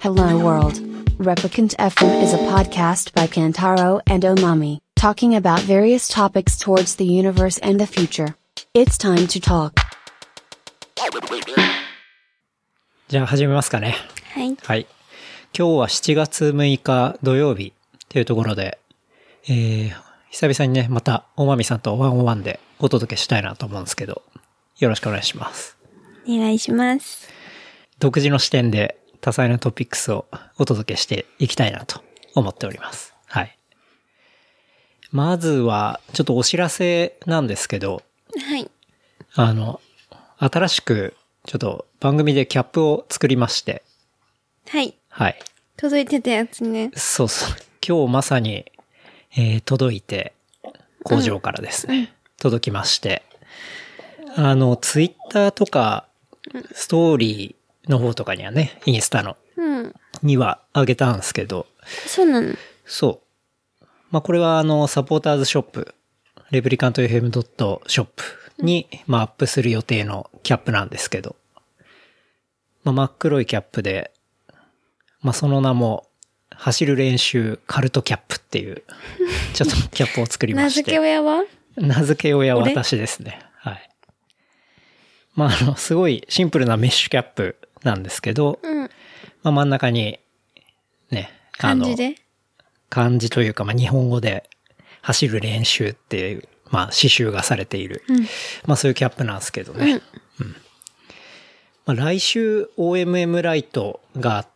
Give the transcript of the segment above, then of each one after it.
Hello World. Replicant FM is a podcast by Kantaro and Omami, talking about various topics towards the universe and the future. It's time to talk. じゃあ始めますかね。 はい。 はい。今日は7月6日土曜日というところで、久々にね、またおまみさんとワンオンワンでお届けしたいなと思うんですけど、よろしくお願いします。 お願いします。 独自の視点で多彩なトピックスをお届けしていきたいなと思っております。はい。まずは、ちょっとお知らせなんですけど、 はい。 新しく、ちょっと番組でキャップを作りまして。 はい。 はい。 届いてたやつね。 そうそう。今日まさに、届いて、工場からですね、届きまして。ツイッターとか、ストーリーの方とかにはね、インスタの、にはあげたんですけど。 そうなの？ そう。まあ、これはサポーターズショップ、レプリカント FM.shop に、アップする予定のキャップなんですけど。まあ、真っ黒いキャップで、その名も、走る練習カルトキャップっていう、ちょっとキャップを作りまして。 名付け親は？ 名付け親は私ですね。はい。すごいシンプルなメッシュキャップなんですけど、真ん中に、ね、 漢字で？ 漢字というか、日本語で、走る練習っていう、刺繍がされている、そういうキャップなんですけどね。来週 OMM ライトがあって、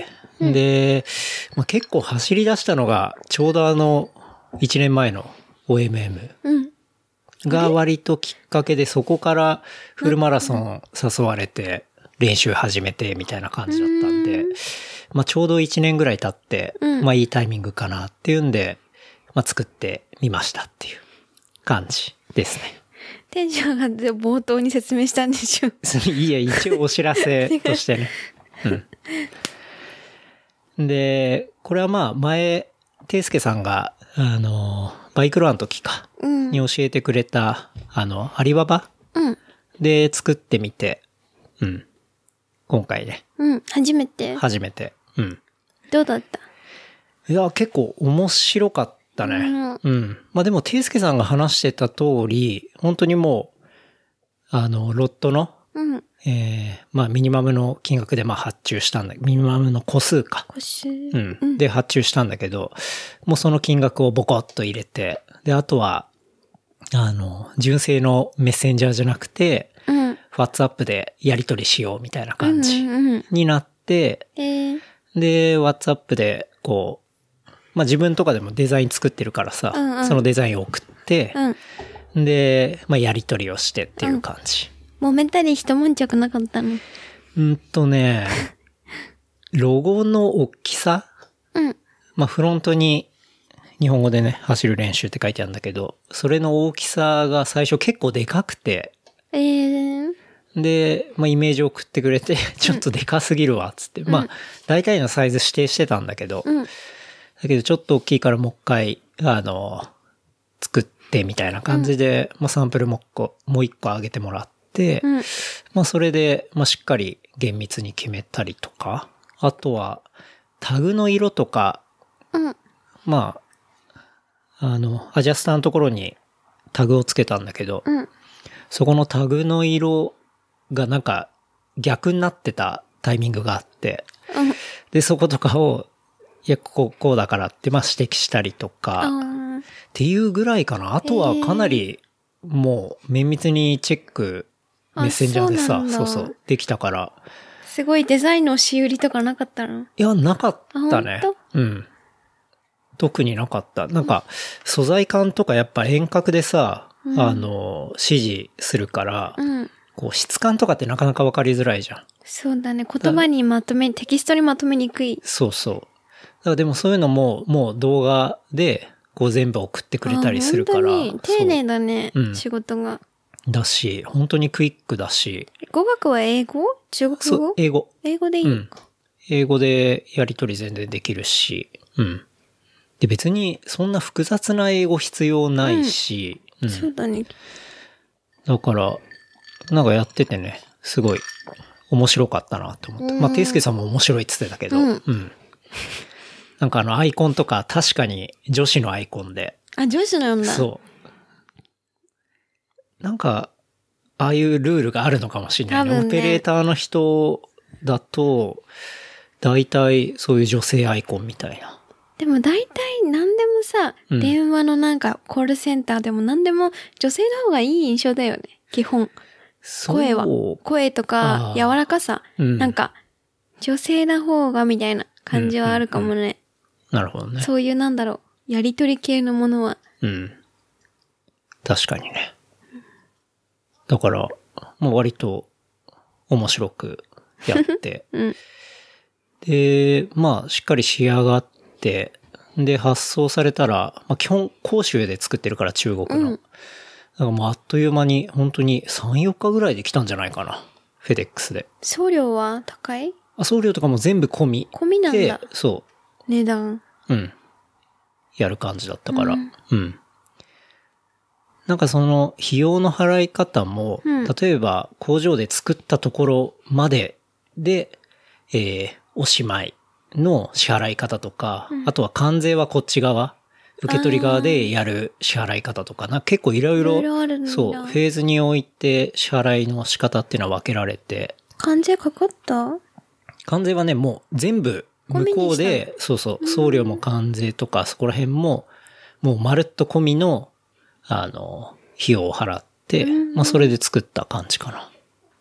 で、結構走り出したのが、ちょうど1年前の OMM が割ときっかけで、そこからフルマラソン誘われて、練習始めてみたいな感じだったんで、ちょうど1年ぐらい経って、いいタイミングかなっていうんで、作ってみましたっていう感じですね。 テンション上がって冒頭に説明したんでしょ？ いや、一応お知らせとしてね。で、これは前、ていすけさんが、バイクロアの時か、に教えてくれた、アリババで作ってみて、今回ね。 初めて。どうだった？ いや、結構面白かったね。でも、ていすけさんが話してた通り、本当にもう、ロットの、ミニマムの金額で発注したんだけど、ミニマムの個数か。 個数。 で発注したんだけど、もうその金額をボコッと入れて、で、あとは、純正のメッセンジャーじゃなくて、WhatsApp でやり取りしようみたいな感じになって、で、WhatsApp でこう、自分とかでもデザイン作ってるからさ、そのデザインを送って、で、やり取りをしてっていう感じ。 揉めたり一悶着なかったの？ ロゴの大きさ？フロントに日本語でね、走る練習って書いてあるんだけど、それの大きさが最初結構でかくて、で、イメージを送ってくれて、ちょっとでかすぎるわ、つって。大体のサイズ指定してたんだけど、だけどちょっと大きいからもう一回、作ってみたいな感じで、サンプルもう一個上げてもらって、それで、しっかり厳密に決めたりとか、あとは、タグの色とか、アジャスターのところにタグをつけたんだけど、そこのタグの色がなんか逆になってたタイミングがあって、で、そことかを、いや、こうだからって指摘したりとか、っていうぐらいかな。あとはかなりもう綿密にチェック、メッセンジャーでさ、そうできたから。 すごいデザインの押し売りとかなかったの？いや、なかったね。特になかった。なんか、素材感とかやっぱ遠隔でさ、指示するから、こう質感とかってなかなかわかりづらいじゃん。 そうだね。言葉にテキストにまとめにくい。 そうそう。だからでもそういうのも、もう動画で、こう全部送ってくれたりするから。 本当に丁寧だね、仕事が。 だし、本当にクイックだし。 語学は英語？中国語？ そう、英語。 英語でいいのか。 英語でやり取り全然できるし。で、別にそんな複雑な英語必要ないし。 そうだね。 だから、なんかやっててね、すごい面白かったなと思って。まあ、ていすけさんも面白いって言ってたけど、なんかアイコンとか確かに女子のアイコンで。 あ、女子なんだ。 そう。なんか、ああいうルールがあるのかもしれないね。オペレーターの人だと、大体そういう女性アイコンみたいな。 でも大体何でもさ、電話のなんかコールセンターでも何でも女性の方がいい印象だよね。基本。声は。声とか柔らかさ。なんか、女性の方がみたいな感じはあるかもね。 なるほどね。 そういうなんだろう。やりとり系のものは。 確かにね。だから、もう割と面白くやって。で、まあ、しっかり仕上がって、で、発送されたら、まあ、基本、広州で作ってるから、中国の。だからもうあっという間に、本当に3、4日ぐらいで来たんじゃないかな。フェデックスで。 送料は高い？ 送料とかも全部込み。 込みなんだ。 で、そう。 値段。 やる感じだったから。なんかその費用の払い方も、例えば工場で作ったところまでで、おしまいの支払い方とか、あとは関税はこっち側、受け取り側でやる支払い方とか、結構いろいろ、そう、フェーズにおいて支払いの仕方っていうのは分けられて。 関税かかった？ 関税はね、もう全部向こうで、そうそう、送料も関税とかそこら辺も、もうまるっと込みの、費用を払って、まあそれで作った感じかな。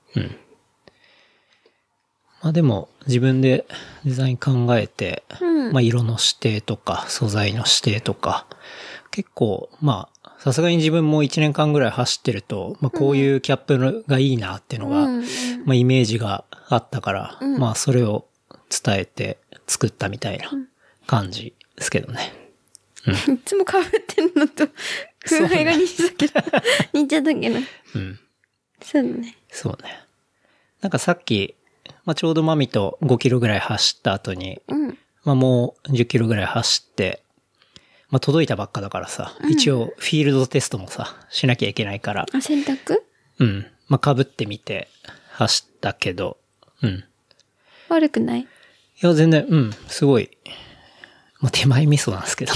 まあでも自分でデザイン考えて、まあ色の指定とか素材の指定とか、結構まあさすがに自分も1年間ぐらい走ってると、まあこういうキャップがいいなっていうのが、まあイメージがあったから、まあそれを伝えて作ったみたいな感じですけどね。 いつも被ってんのと、風合いが似ちゃったけど。似ちゃったけど。そうだね。 そうね。なんかさっき、まあちょうどマミと5キロぐらい走った後に、まあもう10キロぐらい走って、まあ届いたばっかだからさ、一応フィールドテストもさ、しなきゃいけないから。 あ、洗濯？ まあ被ってみて走ったけど、 悪くない？ いや全然、すごい、まあ手前味噌なんですけど。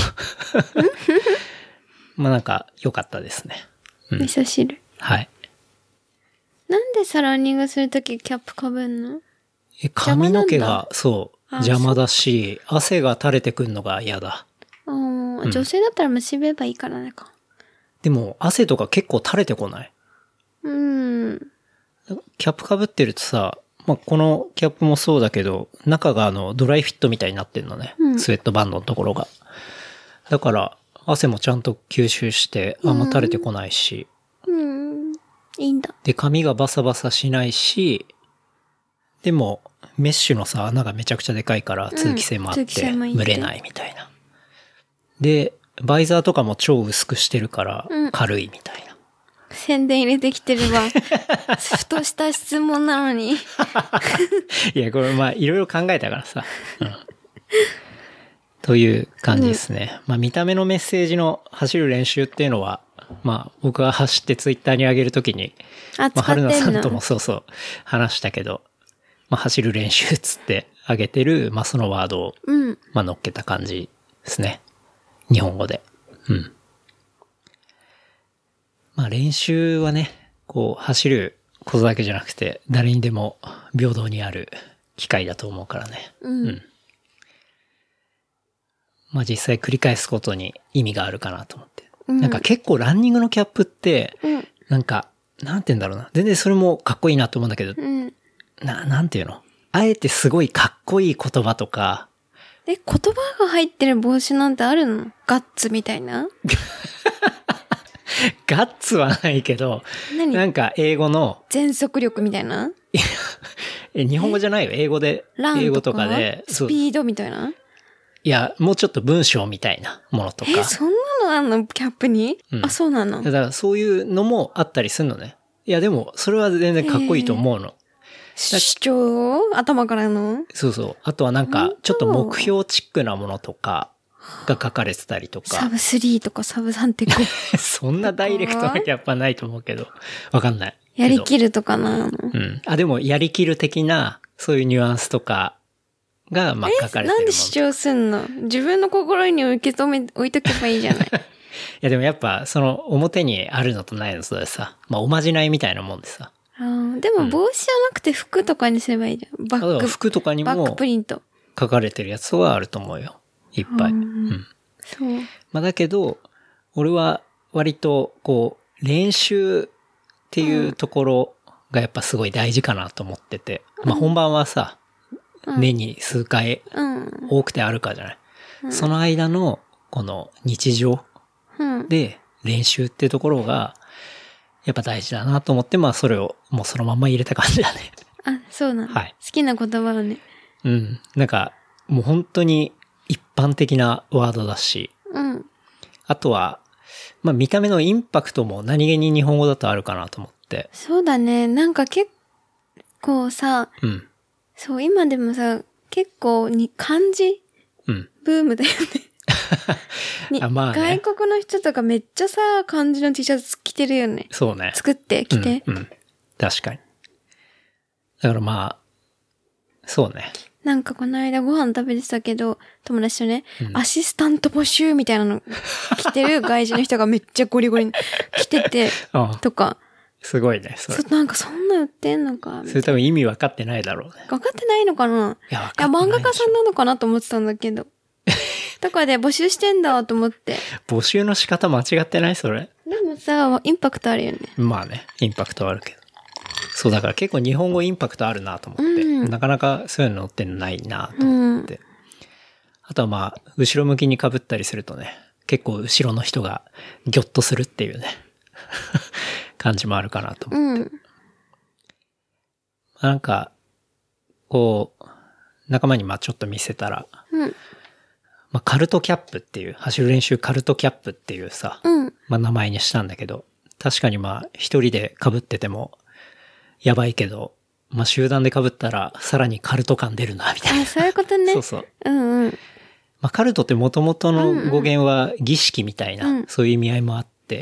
まあなんか良かったですね。 味噌汁。 はい。 なんでさ、ランニングするときキャップかぶんの？ 髪の毛が、そう、邪魔だし、汗が垂れてくんのが嫌だ。 女性だったら結べばいいからねか。 でも、汗とか結構垂れてこない？キャップかぶってるとさ、まあ、このキャップもそうだけど、中がドライフィットみたいになってんのね。スウェットバンドのところが。だから、汗もちゃんと吸収して、あんま垂れてこないし。 いいんだ。 で、髪がバサバサしないし、でも、メッシュのさ、穴がめちゃくちゃでかいから通気性もあって、蒸れないみたいな。で、バイザーとかも超薄くしてるから、軽いみたいな。 宣伝入れてきてるわ。ふとした質問なのに。 いや、これまあ、いろいろ考えたからさ。という感じですね。まあ、見た目のメッセージの走る練習っていうのは、まあ、僕が走ってツイッターに上げるときに、まあ、春菜さんともそうそう話したけど、まあ、走る練習つって上げてる、まあ、そのワードを、まあ、乗っけた感じですね。日本語で。まあ、練習はね、こう、走ることだけじゃなくて、誰にでも平等にある機会だと思うからね。まあ、実際繰り返すことに意味があるかなと思って。なんか結構ランニングのキャップって、なんか、なんて言うんだろうな。全然それもかっこいいなと思うんだけど、なんていうの？あえてすごいかっこいい言葉とか。 言葉が入ってる帽子なんてあるの？ガッツみたいな？ ガッツはないけど、なんか英語の。 全速力みたいな？ 日本語じゃないよ。英語で。英語とかで。 スピードみたいな？ いや、もうちょっと文章みたいなものとか。 そんなのあんのキャップに？あ、そうなの？ だからそういうのもあったりするのね。いや、でも、それは全然かっこいいと思うの。 主張？頭からの？ そうそう。あとはなんか、ちょっと目標チックなものとかが書かれてたりとか。 サブ3とかサブ 3.5。 そんなダイレクトなキャップはないと思うけど、わかんない。 やりきるとかな。 うん。あ、でもやりきる的な、そういうニュアンスとかが、まあ書かれてるもの。 なんで主張すんの？自分の心に置いとけばいいじゃない。 いやでもやっぱ、その表にあるのとないのとでさ、まあおまじないみたいなもんでさ。 でも帽子じゃなくて服とかにすればいいじゃん。バック。 服とかにも、 バックプリント。 書かれてるやつはあると思うよ。いっぱい。うん。 そう。 まあだけど、俺は割と、こう、練習っていうところがやっぱすごい大事かなと思ってて。まあ本番はさ、年に数回多くてあるかじゃない。その間の、この日常で練習っていうところが、やっぱ大事だなと思って、まあそれをもうそのまんま入れた感じだね。 あ、そうなの。 はい。 好きな言葉はね。 うん。なんか、もう本当に一般的なワードだし。 うん。 あとは、まあ見た目のインパクトも何気に日本語だとあるかなと思って。 そうだね。なんか結構さ、 うん。 そう、今でもさ、結構に漢字うん。 ブームだよね。 あ、まあね。 外国の人とかめっちゃさ、漢字の T シャツ着てるよね。 そうね。 作って着て。 うん。確かに。だからまあ、そうね。 なんかこの間ご飯食べてたけど、友達とね、アシスタント募集みたいなの着てる外人の人がめっちゃゴリゴリ着てて、とか。 すごいね、それ。 なんかそんな売ってんのか。 それ多分意味分かってないだろうね。 分かってないのかな？ いや、分かってない。 漫画家さんなのかなと思ってたんだけど。とかで募集してんだと思って。 募集の仕方間違ってないそれ。 でもさ、インパクトあるよね。 まあね、インパクトはあるけど。そう、だから結構日本語インパクトあるなと思って。なかなかそういうの載ってないなと思って。あとはまあ、後ろ向きに被ったりするとね、結構後ろの人がギョッとするっていうね、感じもあるかなと思って。なんか、こう、仲間にまあちょっと見せたら、まあカルトキャップっていう、走る練習カルトキャップっていうさ、まあ名前にしたんだけど、確かにまあ一人で被っててもやばいけど、まあ集団で被ったらさらにカルト感出るな、みたいな。 あ、そういうことね。 そうそう。 うんうん。 まあカルトって元々の語源は儀式みたいな、そういう意味合いもあって、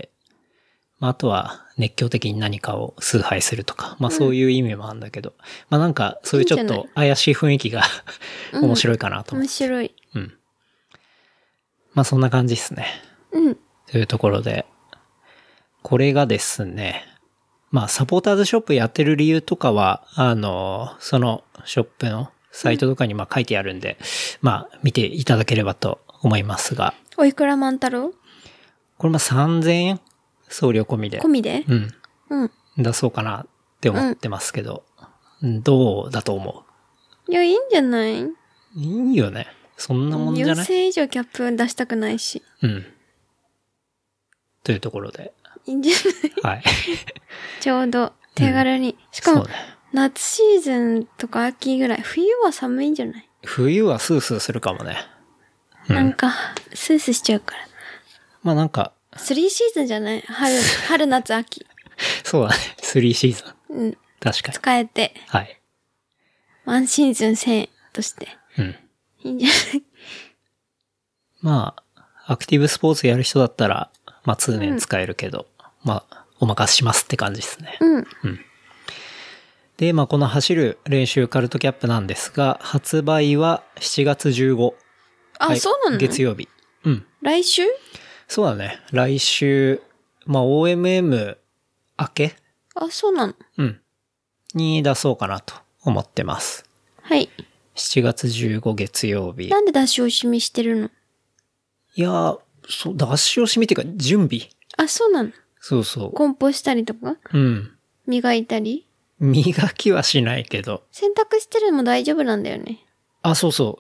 まああとは熱狂的に何かを崇拝するとか、まあそういう意味もあるんだけど、まあなんかそういうちょっと怪しい雰囲気が面白いかなと思って。 面白い。 うん。まあそんな感じですね。 うん。 というところで、これがですね、まあサポーターズショップやってる理由とかは、そのショップのサイトとかにまあ書いてあるんで、まあ見ていただければと思いますが。 おいくら万太郎？ これまあ3000円送料込みで。 込みで？ うん。 うん。 出そうかなって思ってますけど、どうだと思う？いや、いいんじゃない？ いいよね。そんなもんじゃない？ 4000以上キャップ出したくないし。 うん。というところで。 いいんじゃない？はい。ちょうど手軽に。しかも、夏シーズンとか秋ぐらい。冬は寒いんじゃない？ 冬はスースーするかもね。 なんか、スースーしちゃうから。 まあなんか。 3シーズンじゃない？春、夏、秋。 そうだね。3シーズン。 うん。 確かに。 使えて。 はい。 ワンシーズン1000円として。 うん。 いいんじゃない？ まあ、アクティブスポーツやる人だったら、まあ通年使えるけど、まあ、お任せしますって感じですね。 うん。 で、まあこの走る練習カルトキャップなんですが、発売は7月15。 あ、はい、そうなの？ 月曜日。うん。 来週？ そうだね。来週、まあ OMM 明け？ あ、そうなの？ うん。に出そうかなと思ってます。 はい。 7月15月曜日。 なんで出し惜しみしてるの？ いや、そう、出し惜しみっていうか準備。 あ、そうなの？ そうそう。 梱包したりとか？ うん。 磨いたり？ 磨きはしないけど。 洗濯してるのも大丈夫なんだよね。 あ、そうそう。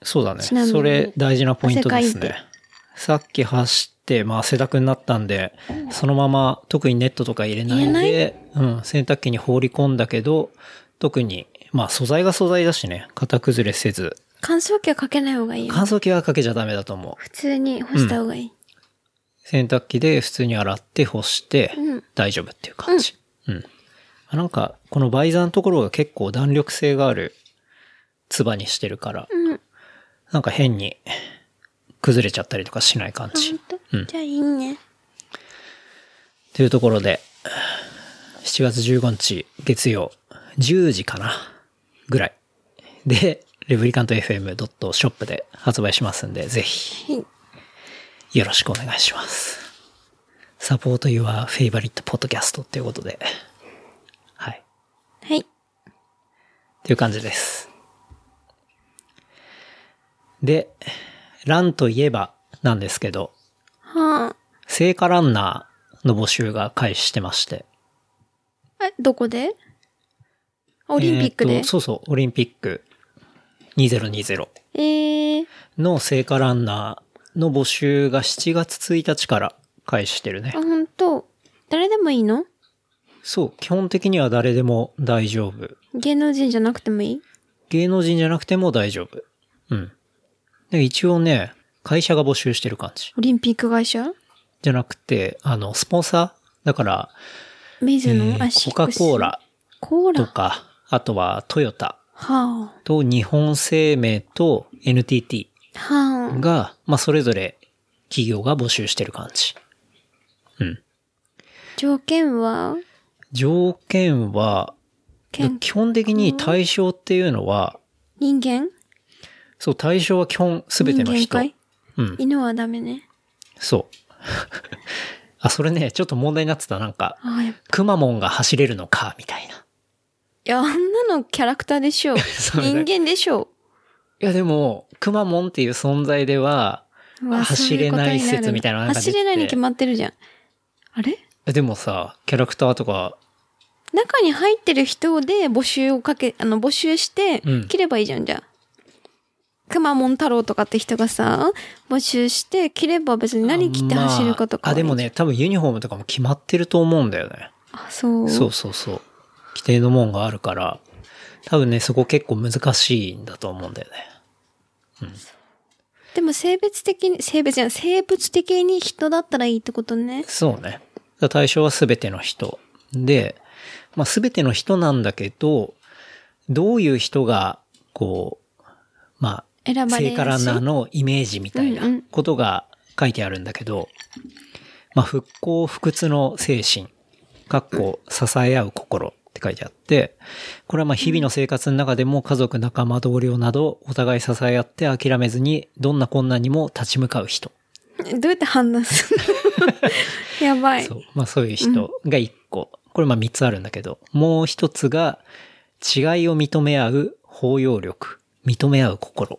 そうだね。それ大事なポイントですね。さっき走って、まあ汗だくになったんで、そのまま特にネットとか入れないで、洗濯機に放り込んだけど、特に、まあ素材が素材だしね、型崩れせず。 乾燥機はかけない方がいいよ。 乾燥機はかけちゃダメだと思う。 普通に干した方がいい。 洗濯機で普通に洗って干して、大丈夫っていう感じ。なんか、このバイザーのところが結構弾力性があるツバにしてるから、なんか変に崩れちゃったりとかしない感じ。 じゃあいいね。 というところで、 7月15日月曜10時かなぐらいで、レプリカント FM.shop で発売しますんで、ぜひよろしくお願いします。サポート Your Favorite Podcast っていうことで、はい。 はい。 っていう感じです。で、ランといえばなんですけど、 はあ、 聖火ランナーの募集が開始してまして。 どこで？オリンピックで？ そうそう、オリンピック2020の聖火ランナーの募集が7月1日から開始してるね。 あ、ほんと？誰でもいいの？ そう、基本的には誰でも大丈夫。 芸能人じゃなくてもいい？芸能人じゃなくても大丈夫。うん。で一応ね、会社が募集してる感じ。 オリンピック会社？ じゃなくて、スポンサーだから、 水野、 コカ・コーラとか、あとはトヨタと日本生命と NTT が、まあそれぞれ企業が募集してる感じ。うん。 条件は、 基本的に対象っていうのは、 人間？ そう、対象は基本すべての人。 うん。犬はダメね。 そう。あ、それね、ちょっと問題になってた。なんか、くまモンが走れるのか、みたいな。 いや、あんなのキャラクターでしょ。人間でしょ。 いや、でも、くまモンっていう存在では、走れない説みたいなのが出てて。 走れないに決まってるじゃん。あれ？ でもさ、キャラクターとか、 中に入ってる人で募集して、切ればいいじゃん、じゃあ。くまモン太郎とかって人がさ、募集して切れば別に何着て走るかとか、 でもね、多分ユニフォームとかも決まってると思うんだよね。 あ、そう。 そう。規定のもんがあるから、多分ね、そこ結構難しいんだと思うんだよね。うん。 でも生物的に人だったらいいってことね。 そうね。対象は全ての人。で、まあ全ての人なんだけど、どういう人が、こう、まあ、聖火ランナーのイメージみたいなことが書いてあるんだけど、まあ、復興不屈の精神、支え合う心って書いてあって、これはまあ日々の生活の中でも家族、仲間、同僚などお互い支え合って諦めずにどんな困難にも立ち向かう人。 どうやって判断するの？やばい。 そう。まあそういう人が1個。これまあ3つあるんだけど、もう1つが違いを認め合う包容力。認め合う心。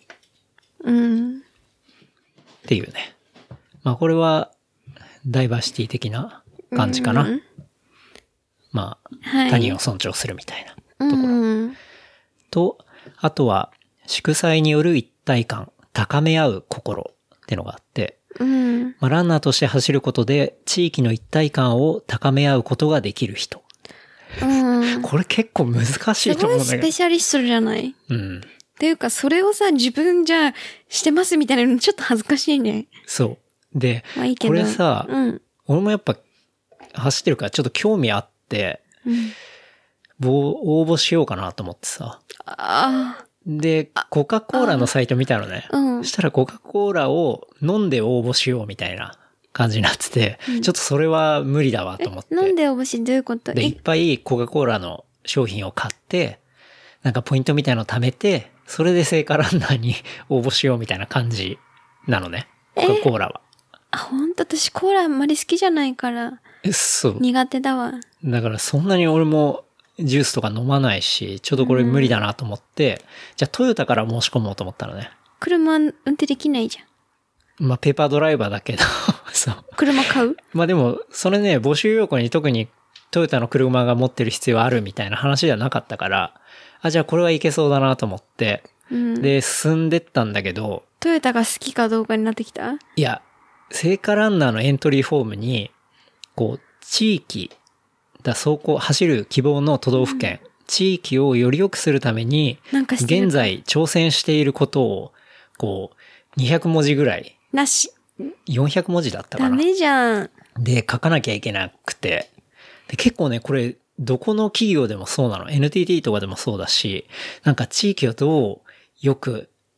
っていうね。まあこれは、ダイバーシティ的な感じかな。まあ、他人を尊重するみたいなところ。と、あとは、祝祭による一体感、高め合う心ってのがあって、まあ、ランナーとして走ることで、地域の一体感を高め合うことができる人。これ結構難しいと思うんだけど。 すごいスペシャリストじゃない？っていうか、それをさ、自分じゃしてますみたいなのちょっと恥ずかしいね。 そう。で、まあいいけどこれさ、俺もやっぱ走ってるからちょっと興味あって、応募しようかなと思ってさ。で、コカ・コーラのサイト見たのね。そしたらコカ・コーラを飲んで応募しようみたいな感じになってて、ちょっとそれは無理だわと思って。 飲んで応募し、どういうこと？ で、いっぱいコカ・コーラの商品を買って、なんかポイントみたいなのを貯めて、それで聖火ランナーに応募しようみたいな感じなのね。コカ・コーラは。 ほんと私コーラあんまり好きじゃないから。 そう。 苦手だわ。 だからそんなに俺もジュースとか飲まないし、ちょっとこれ無理だなと思って、じゃあトヨタから申し込もうと思ったのね。 車運転できないじゃん。まあペーパードライバーだけど、そう。 車買う？ まあでも、それね、募集要項に特にトヨタの車が持ってる必要あるみたいな話ではなかったから、じゃあこれはいけそうだなと思って、で、進んでったんだけど。 トヨタが好きかどうかになってきた？ いや、聖火ランナーのエントリーフォームに、こう、地域、走る希望の都道府県、地域をより良くするために、現在挑戦していることを、こう、200文字ぐらい。 なし。 400文字だったかな。 ダメじゃん。 で、書かなきゃいけなくて。で、結構ね、これ、どこの企業でもそうなの。NTT とかでもそうだし、なんか地域をどうよく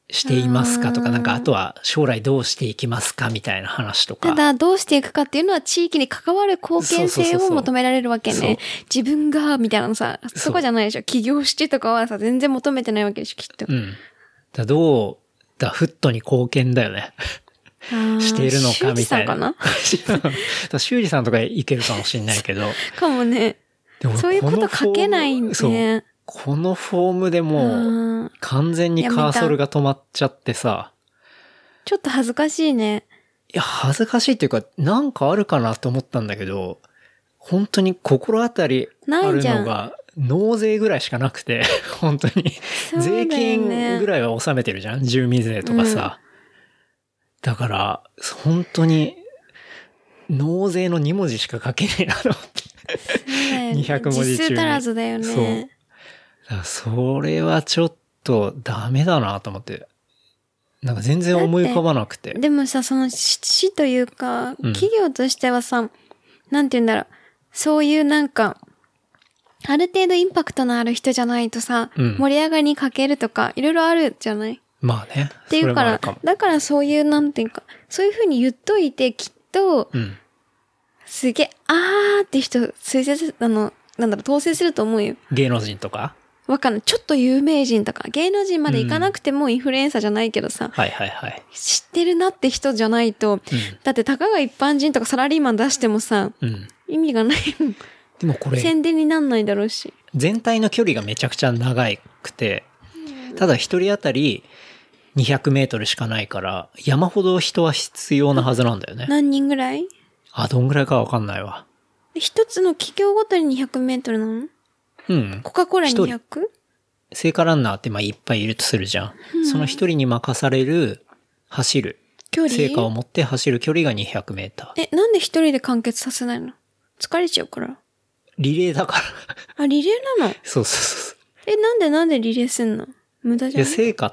していますかとか、なんかあとは将来どうしていきますかみたいな話とか。 ただ、どうしていくかっていうのは地域に関わる貢献性を求められるわけね。自分が、みたいなのさ、そこじゃないでしょ。企業主義とかはさ、全然求めてないわけでしょ、きっと。 うん。フットに貢献だよね。しているのかみたいな。修二さんかな修二さんとかいけるかもしれないけど。 かもね。そういうこと書けないんね。 このフォームでもう完全にカーソルが止まっちゃってさ。 ちょっと恥ずかしいね。 いや、恥ずかしいっていうか、なんかあるかなと思ったんだけど、本当に心当たりあるのが納税ぐらいしかなくて、本当に。税金ぐらいは納めてるじゃん、住民税とかさ。だから、本当に、納税の2文字しか書けねえなと思って。200文字中に。 実数足らずだよね。 それはちょっとダメだなと思って。なんか全然思い浮かばなくて。 でもさ、その市というか、企業としてはさ、なんて言うんだろう。そういうなんか、ある程度インパクトのある人じゃないとさ、盛り上がりに欠けるとか、いろいろあるじゃない？ まあね。 っていうから、だからそういうなんていうか、そういう風に言っといて、きっと、すげえ、って人、推薦当選すると思うよ。 芸能人とか？ わかんない。ちょっと有名人とか、芸能人まで行かなくてもインフルエンサーじゃないけどさ、知ってるなって人じゃないと、だってたかが一般人とかサラリーマン出してもさ、意味がないもん。 でもこれ、 宣伝になんないだろうし。 全体の距離がめちゃくちゃ長くて、ただ一人当たり200メートルしかないから、山ほど人は必要なはずなんだよね。 何人ぐらい？ どんぐらいかわかんないわ。 一つの企業ごとに200メートルなの？コカ・コーラ 200？ 聖火ランナーっていっぱいいるとするじゃん。その一人に任される、走る。距離？聖火を持って走る距離が200メーター。 なんで一人で完結させないの？疲れちゃうから。 リレーだから。 リレーなの？ そう。 なんでリレーすんの？無駄じゃん。 聖火って、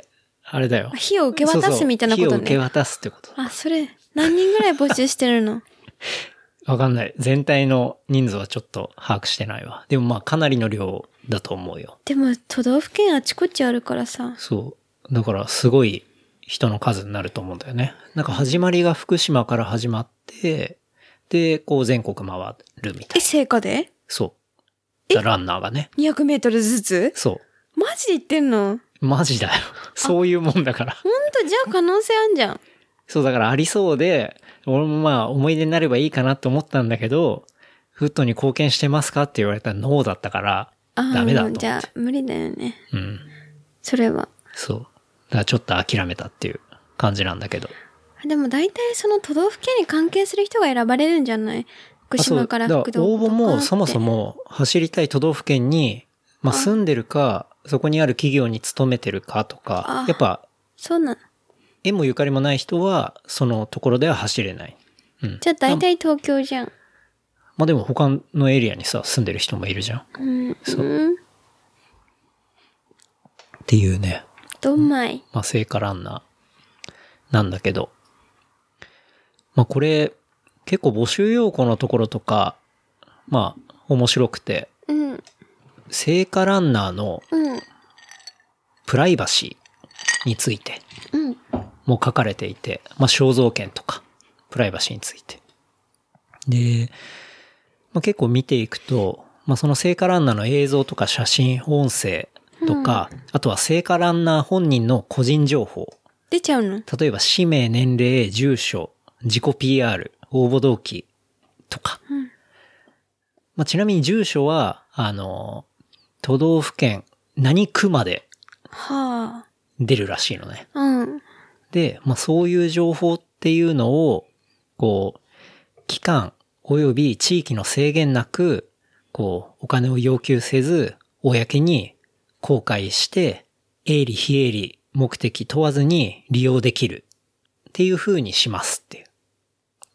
あれだよ。 火を受け渡すみたいなことね。 火を受け渡すってこと。 それ、何人ぐらい募集してるの？ わかんない。全体の人数はちょっと把握してないわ。でもかなりの量だと思うよ。 でも都道府県あちこちあるからさ。 そう。だからすごい人の数になると思うんだよね。なんか始まりが福島から始まって、で、こう全国回るみたいな。 聖火で？ そう。ランナーがね。 200メートルずつ？ そう。 マジで言ってんの？ マジだよ。そういうもんだから。 ほんと、じゃあ可能性あんじゃん。 そう、だからありそうで、俺も思い出になればいいかなと思ったんだけど、フットに貢献してますかって言われたらノーだったから、ダメだと思って。 じゃあ無理だよね。それは。 そう。だからちょっと諦めたっていう感じなんだけど。 でも大体その都道府県に関係する人が選ばれるんじゃない？福島から福島とか。 応募もそもそも走りたい都道府県に、住んでるか、そこにある企業に勤めてるかとか、やっぱ、 そうなの。 縁もゆかりもない人は、そのところでは走れない。 じゃあ大体東京じゃん。 でも他のエリアにさ、住んでる人もいるじゃん。そう。っていうね。 どんまい。 聖火ランナーなんだけど。これ、結構募集要項のところとか、面白くて。聖火ランナーの、プライバシーについて。も書かれていて、肖像権とか、プライバシーについて。で、結構見ていくと、その聖火ランナーの映像とか写真、音声とか、あとは聖火ランナー本人の個人情報。 出ちゃうの？ 例えば氏名、年齢、住所、自己 PR、応募動機とか。ちなみに住所は、都道府県、何区まで出るらしいのね。で、そういう情報っていうのを、期間及び地域の制限なく、お金を要求せず、公に公開して、営利非営利目的問わずに利用できるっていう風にしますっていう。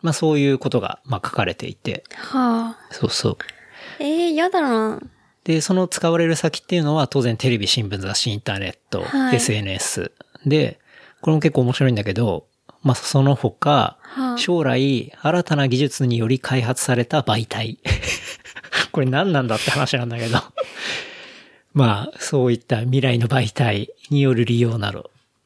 そういうことが、書かれていて。そうそう。 やだな。 で、その使われる先っていうのは当然テレビ、新聞、雑誌、インターネット、SNS で、これも結構面白いんだけど、その他、将来新たな技術により開発された媒体。これ何なんだって話なんだけど。そういった未来の媒体による利用など、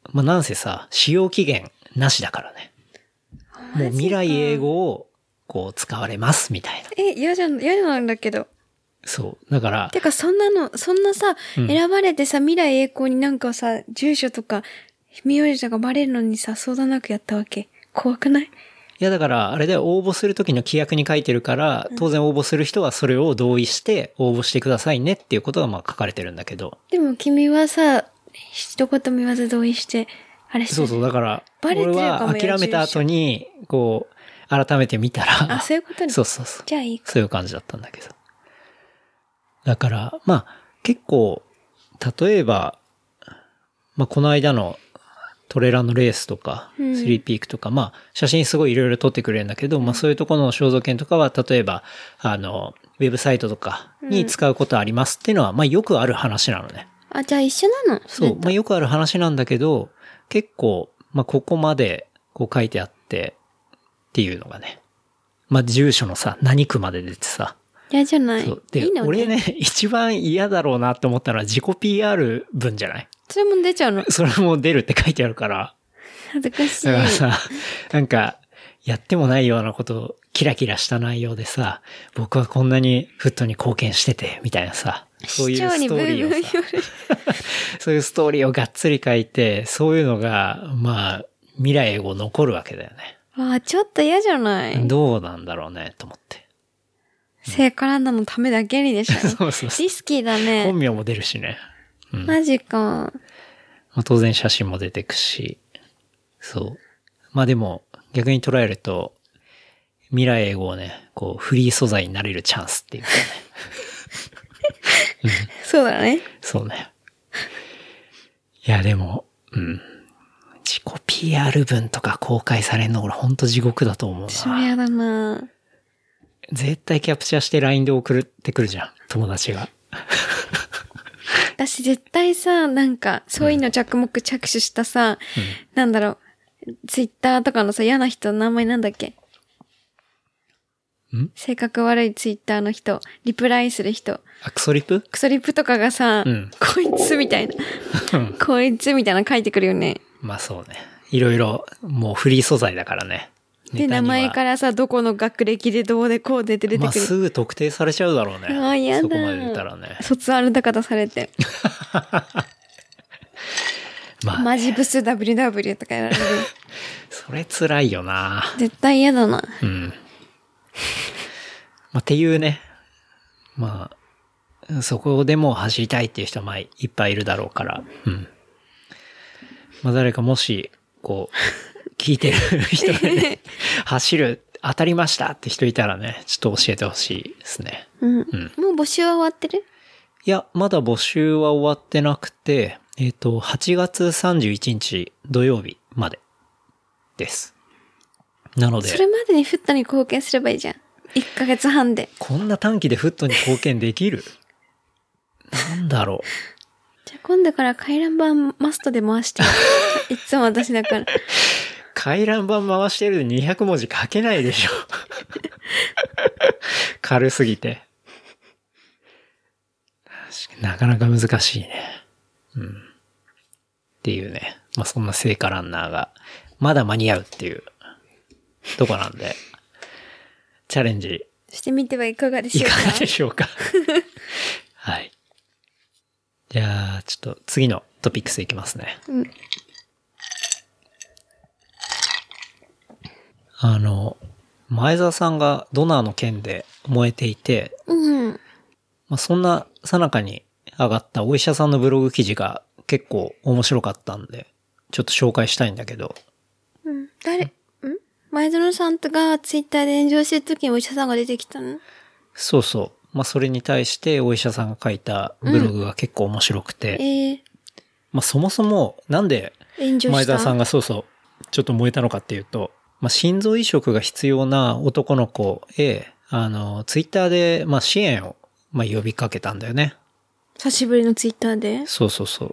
まあ、なんせさ、使用期限なしだからね。もう未来英語をこう使われますみたいな。 嫌なんだけど。 そう。だから。 てかそんなさ、選ばれてさ、未来栄光になんかさ、住所とか、名字とかバレるのにさ、相談なくやったわけ。怖くない？ いやだから、あれで応募するときの規約に書いてるから、当然応募する人はそれを同意して応募してくださいねっていうことがまあ書かれてるんだけど。 でも君はさ、一言も言わず同意して、あれそうそう、だから、俺は諦めた後に、こう、改めて見たら。 あ、そういうことね。 そうそうそう。 じゃあいいか。 そういう感じだったんだけど。だから、まあ、結構、例えば、まあ、この間のトレランのレースとか、スリーピークとか、まあ、写真すごいいろいろ撮ってくれるんだけど、まあ、そういうところの肖像権とかは、例えば、ウェブサイトとかに使うことありますっていうのは、まあ、よくある話なのね。 あ、じゃあ一緒なの？ そう。まあ、よくある話なんだけど、結構、まあ、ここまで、こう書いてあって、っていうのがね。まあ、住所のさ、何区まで出てさ。 嫌じゃない。 そう。で、 いいのね、 俺ね、一番嫌だろうなって思ったのは自己 PR 文じゃない？ それも出ちゃうの？ それも出るって書いてあるから。 恥ずかしい。 だからさ、なんか、やってもないようなことをキラキラした内容でさ、僕はこんなにフットに貢献してて、みたいなさ、そういうストーリーをさ、そういうストーリーをがっつり書いて、そういうのが、まあ、未来英語残るわけだよね。 ああ、ちょっと嫌じゃない？ どうなんだろうね、と思って。 聖火ランナーのためだけにでしょ。 そうそうそう。 リスキーだね。 本名も出るしね。 うん、マジか。 まあ、当然写真も出てくし。そう。まあでも、逆に捉えると、未来英語をね、こう、フリー素材になれるチャンスっていうかね。 うん、そうだね。 そうね。いや、でも、うん。自己 PR 文とか公開されんの、俺ほんと地獄だと思うな。 そりゃだな。 絶対キャプチャーして LINE で送ってくるじゃん、友達が。 私絶対さ、なんか、そういうの着手したさ、なんだろう、ツイッターとかのさ、嫌な人の名前なんだっけ？性格悪いツイッターの人、リプライする人。 あ、クソリプとかがさ、こいつみたいな。こいつみたいな書いてくるよね。 まあそうね。いろいろ、もうフリー素材だからね。 で、名前からさ、どこの学歴でどうでこうで出てくる。 まあすぐ特定されちゃうだろうね。 ああ、やだ。 そこまで出たらね。 卒アルだからされて。 まあ、 マジブス WW とかやられる。 それ辛いよな。 絶対嫌だな。 うん。まあっていうね。まあ、そこでもう走りたいっていう人はまあいっぱいいるだろうから。うん。まあ誰かもし、こう、聞いてる人でね、走る、当たりましたって人いたらね、ちょっと教えてほしいですね。 うん。もう募集は終わってる？ いや、まだ募集は終わってなくて、8月31日土曜日までです。なので。 それまでにフットに貢献すればいいじゃん。1ヶ月半で。 こんな短期でフットに貢献できる？なんだろう。 じゃあ今度から回覧板マストで回して。いつも私だから。 回覧板回してるで200文字書けないでしょ。軽すぎて。なかなか難しいね。うん。っていうね。まあ、そんな聖火ランナーが、まだ間に合うっていうとこなんで、チャレンジ。 してみてはいかがでしょうか？ いかがでしょうか？はい。じゃあ、ちょっと次のトピックスいきますね。 うん。 前澤さんがドナーの件で燃えていて、 うん。 まあ、そんな最中に上がったお医者さんのブログ記事が結構面白かったんで、ちょっと紹介したいんだけど。 うん。前園さんがツイッターで炎上してる時にお医者さんが出てきたの？ そうそう。まあ、それに対してお医者さんが書いたブログが結構面白くて。まあ、そもそもなんで前澤さんがそうそう、ちょっと燃えたのかっていうと、まあ、心臓移植が必要な男の子へ、ツイッターで、まあ、支援を、まあ、呼びかけたんだよね。 久しぶりのツイッターで？ そうそうそう。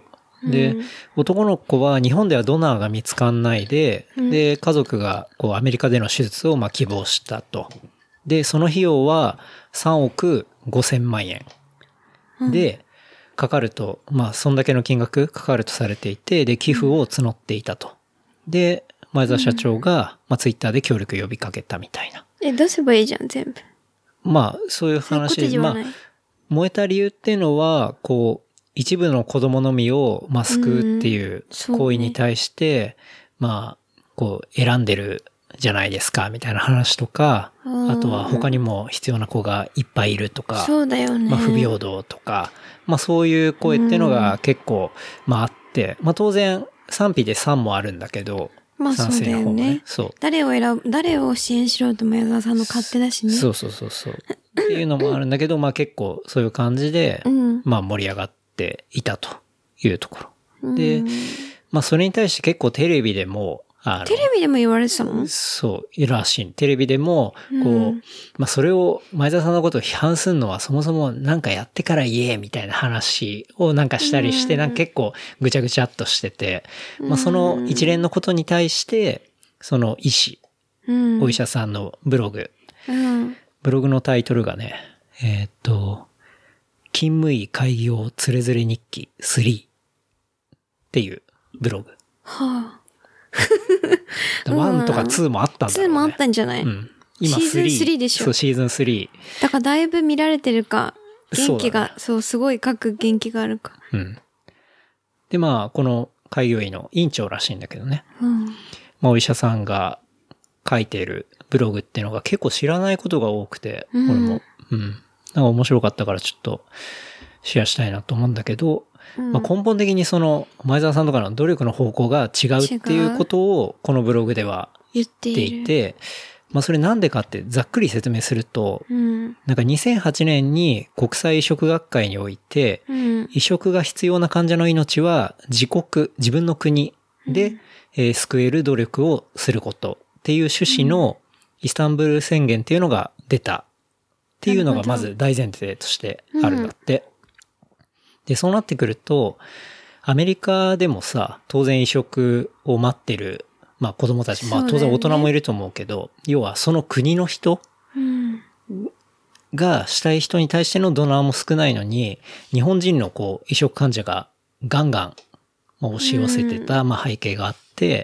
で、男の子は日本ではドナーが見つかんないで、で、家族がこうアメリカでの手術をまあ希望したと。で、その費用は3億5千万円。で、 かかると、まあ、そんだけの金額かかるとされていて、で、寄付を募っていたと。で、前澤社長が、まあ、ツイッターで協力呼びかけたみたいな。 出せばいいじゃん、全部。 まあ、そういう話で、まあ、燃えた理由っていうのは、こう、一部の子供の身を、まあ、救うっていう行為に対して、まあ、こう、選んでるじゃないですか、みたいな話とか、あとは他にも必要な子がいっぱいいるとか、 そうだよね。 まあ、不平等とか、まあ、そういう声っていうのが結構、まあ、あって、まあ、当然、賛否で賛もあるんだけど、 まあそうだよね。 そう。 誰を支援しろと前澤さんの勝手だしね。 そう。っていうのもあるんだけど、まあ結構そういう感じで、まあ盛り上がっていたというところ。で、まあそれに対して結構テレビでも、 テレビでも言われてたの？ そう、らしい。テレビでも、こう、まあそれを、前澤さんのことを批判するのはそもそもなんかやってから言え、みたいな話をなんかしたりして、なんか結構ぐちゃぐちゃっとしてて、まあその一連のことに対して、その医師、お医者さんのブログ、ブログのタイトルがね、勤務医開業つれづれ日記3っていうブログ。 はあ。 1とか2もあったんだろうね。 2もあったんじゃない？今シーズン3でしょ。 そう、シーズン3。 だからだいぶ見られてるか、元気が、そう、すごい書く元気があるか。 で、まあ、この開業医の院長らしいんだけどね。まあ、お医者さんが書いているブログっていうのが結構知らないことが多くて、俺も。なんか面白かったからちょっとシェアしたいなと思うんだけど、まあ根本的にその前澤さんとかの努力の方向が違うっていうことをこのブログでは言っていて、まあそれなんでかってざっくり説明すると、なんか2008年に国際移植学会において、移植が必要な患者の命は自分の国で、救える努力をすることっていう趣旨のイスタンブール宣言っていうのが出たっていうのがまず大前提としてあるんだって。で、そうなってくると、アメリカでもさ、当然移植を待ってる、まあ子供たち、まあ当然大人もいると思うけど、要はその国の人がしたい人に対してのドナーも少ないのに、日本人のこう移植患者がガンガン押し寄せてた、まあ背景があって、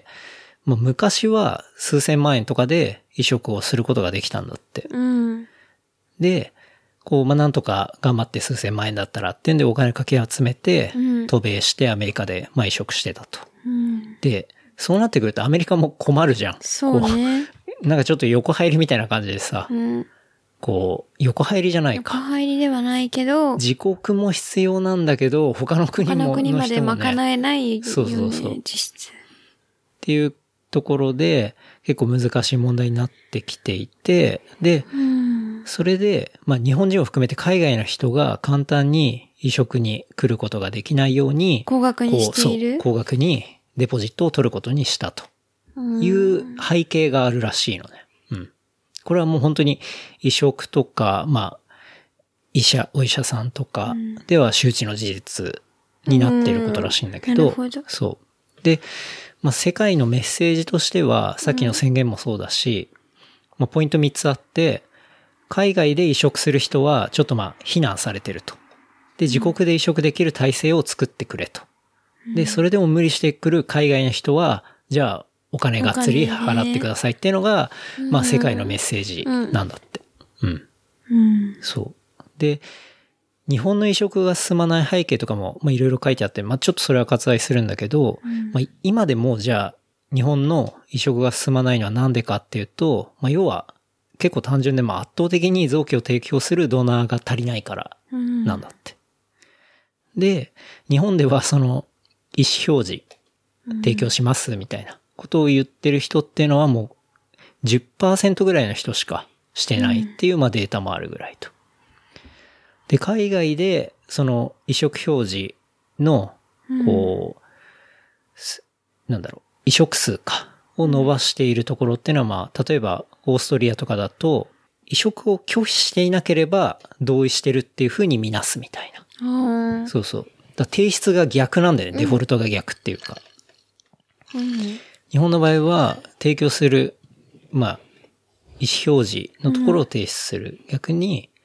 まあ昔は数千万円とかで移植をすることができたんだって。で、こう、まあ、なんとか頑張って数千万円だったらってんでお金かけ集めて、渡米してアメリカで、まあ、移植してたと。で、そうなってくるとアメリカも困るじゃん。 そうね。 なんかちょっと横入りみたいな感じでさ、こう、横入りじゃないか。 横入りではないけど、 自国も必要なんだけど、他の国も、 他の国まで賄えないよね、 そう、 実質。 っていうところで、結構難しい問題になってきていて、で、それで、まあ日本人を含めて海外の人が簡単に移植に来ることができないように、 高額にしている？ 高額にデポジットを取ることにしたという背景があるらしいのね。これはもう本当に移植とか、まあ、お医者さんとかでは周知の事実になっていることらしいんだけど、そう。で、まあ世界のメッセージとしては、さっきの宣言もそうだし、まあポイント3つあって、海外で移植する人はちょっとまあ非難されてると。で、自国で移植できる体制を作ってくれと。で、それでも無理してくる海外の人は、じゃあお金がっつり払ってくださいっていうのが、まあ世界のメッセージなんだって。そう。で、日本の移植が進まない背景とかもいろいろ書いてあって、まあちょっとそれは割愛するんだけど、まあ今でもじゃあ日本の移植が進まないのはなんでかっていうと、まあ要は、結構単純で、まあ圧倒的に臓器を提供するドナーが足りないからなんだって。で、日本ではその意思表示提供しますみたいなことを言ってる人っていうのはもう 10% ぐらいの人しかしてないっていうまあデータもあるぐらいと。で、海外でその移植表示のこう、なんだろう、移植数を伸ばしているところっていうのはまあ、例えばオーストリアとかだと、移植を拒否していなければ同意してるっていう風に見なすみたいな。そうそう。だ提出が逆なんだよね。デフォルトが逆っていうか。日本の場合は、提供する、まあ、意思表示のところを提出する。逆に、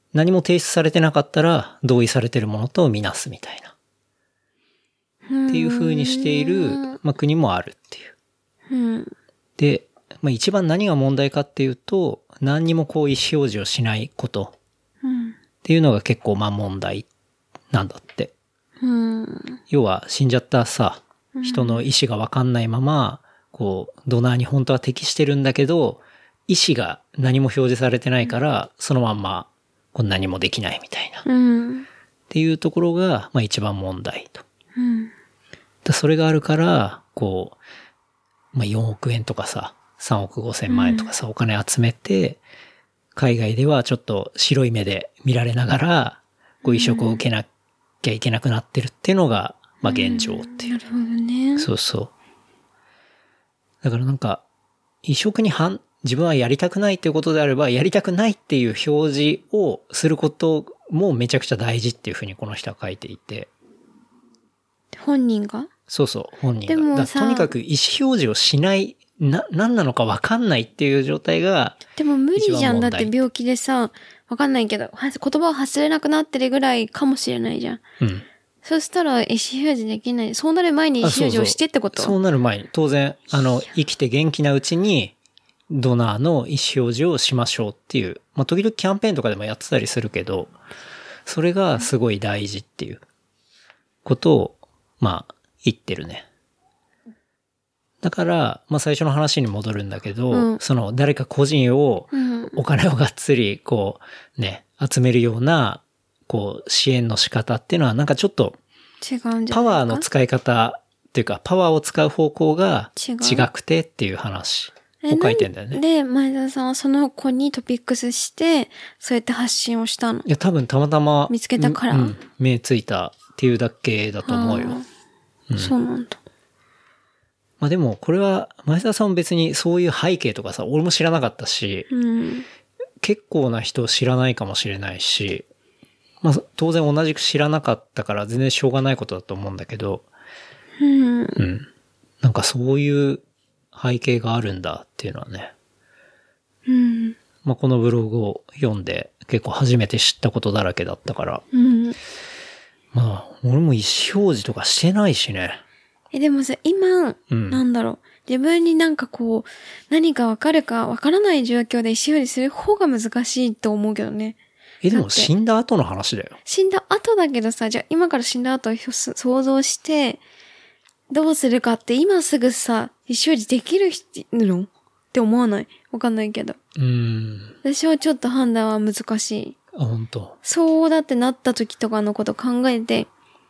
何も提出されてなかったら同意されてるものとみなすみたいな。っていう風にしている、まあ、国もあるっていう。で、まあ、一番何が問題かっていうと、何にもこう意思表示をしないことっていうのが結構まあ問題なんだって。要は死んじゃったさ、人の意思がわかんないまま、こう、ドナーに本当は適してるんだけど、意思が何も表示されてないから、そのまんまこう何もできないみたいな。っていうところが、まあ一番問題と。それがあるから、こう、まあ4億円とかさ、3億5千万円とかさ、お金集めて、海外ではちょっと白い目で見られながら、こう移植を受けなきゃいけなくなってるっていうのが、まあ現状っていう。 なるほどね。 そうそう。だからなんか、移植に自分はやりたくないっていうことであれば、やりたくないっていう表示をすることもめちゃくちゃ大事っていうふうにこの人は書いていて。 本人が？ そうそう、本人が。 でもとにかく意思表示をしない、何なのか分かんないっていう状態が。 でも無理じゃん。だって病気でさ、分かんないけど、言葉を発せれなくなってるぐらいかもしれないじゃん。そしたら意思表示できない。そうなる前に意思表示をしてってこと？ そうなる前に。当然、生きて元気なうちに、ドナーの意思表示をしましょうっていう。まあ、時々キャンペーンとかでもやってたりするけど、それがすごい大事っていうことを、まあ、言ってるね。だから、まあ最初の話に戻るんだけど、その誰か個人を、お金をがっつり、こう、ね、集めるような、こう、支援の仕方っていうのはなんかちょっと、 違うんじゃないか？ パワーの使い方っていうか、パワーを使う方向が違くてっていう話を書いてんだよね。 で、前田さんはその子にトピックスして、そうやって発信をしたの？ いや、多分たまたま、 見つけたから。 目ついたっていうだけだと思うよ。 そうなんだ。 まあでも、これは、前田さんも別にそういう背景とかさ、俺も知らなかったし、結構な人知らないかもしれないし、まあ当然同じく知らなかったから全然しょうがないことだと思うんだけど、なんかそういう背景があるんだっていうのはね、まあこのブログを読んで結構初めて知ったことだらけだったから、まあ俺も意思表示とかしてないしね。 でもさ、今、なんだろう。自分になんかこう、何かわかるかわからない状況で意思表示する方が難しいと思うけどね。 でも死んだ後の話だよ。 死んだ後だけどさ、じゃあ今から死んだ後を想像して、どうするかって今すぐさ、意思表示できるのって思わない？わかんないけど。私はちょっと判断は難しい。 あ、本当。 そうだってなった時とかのこと考えて、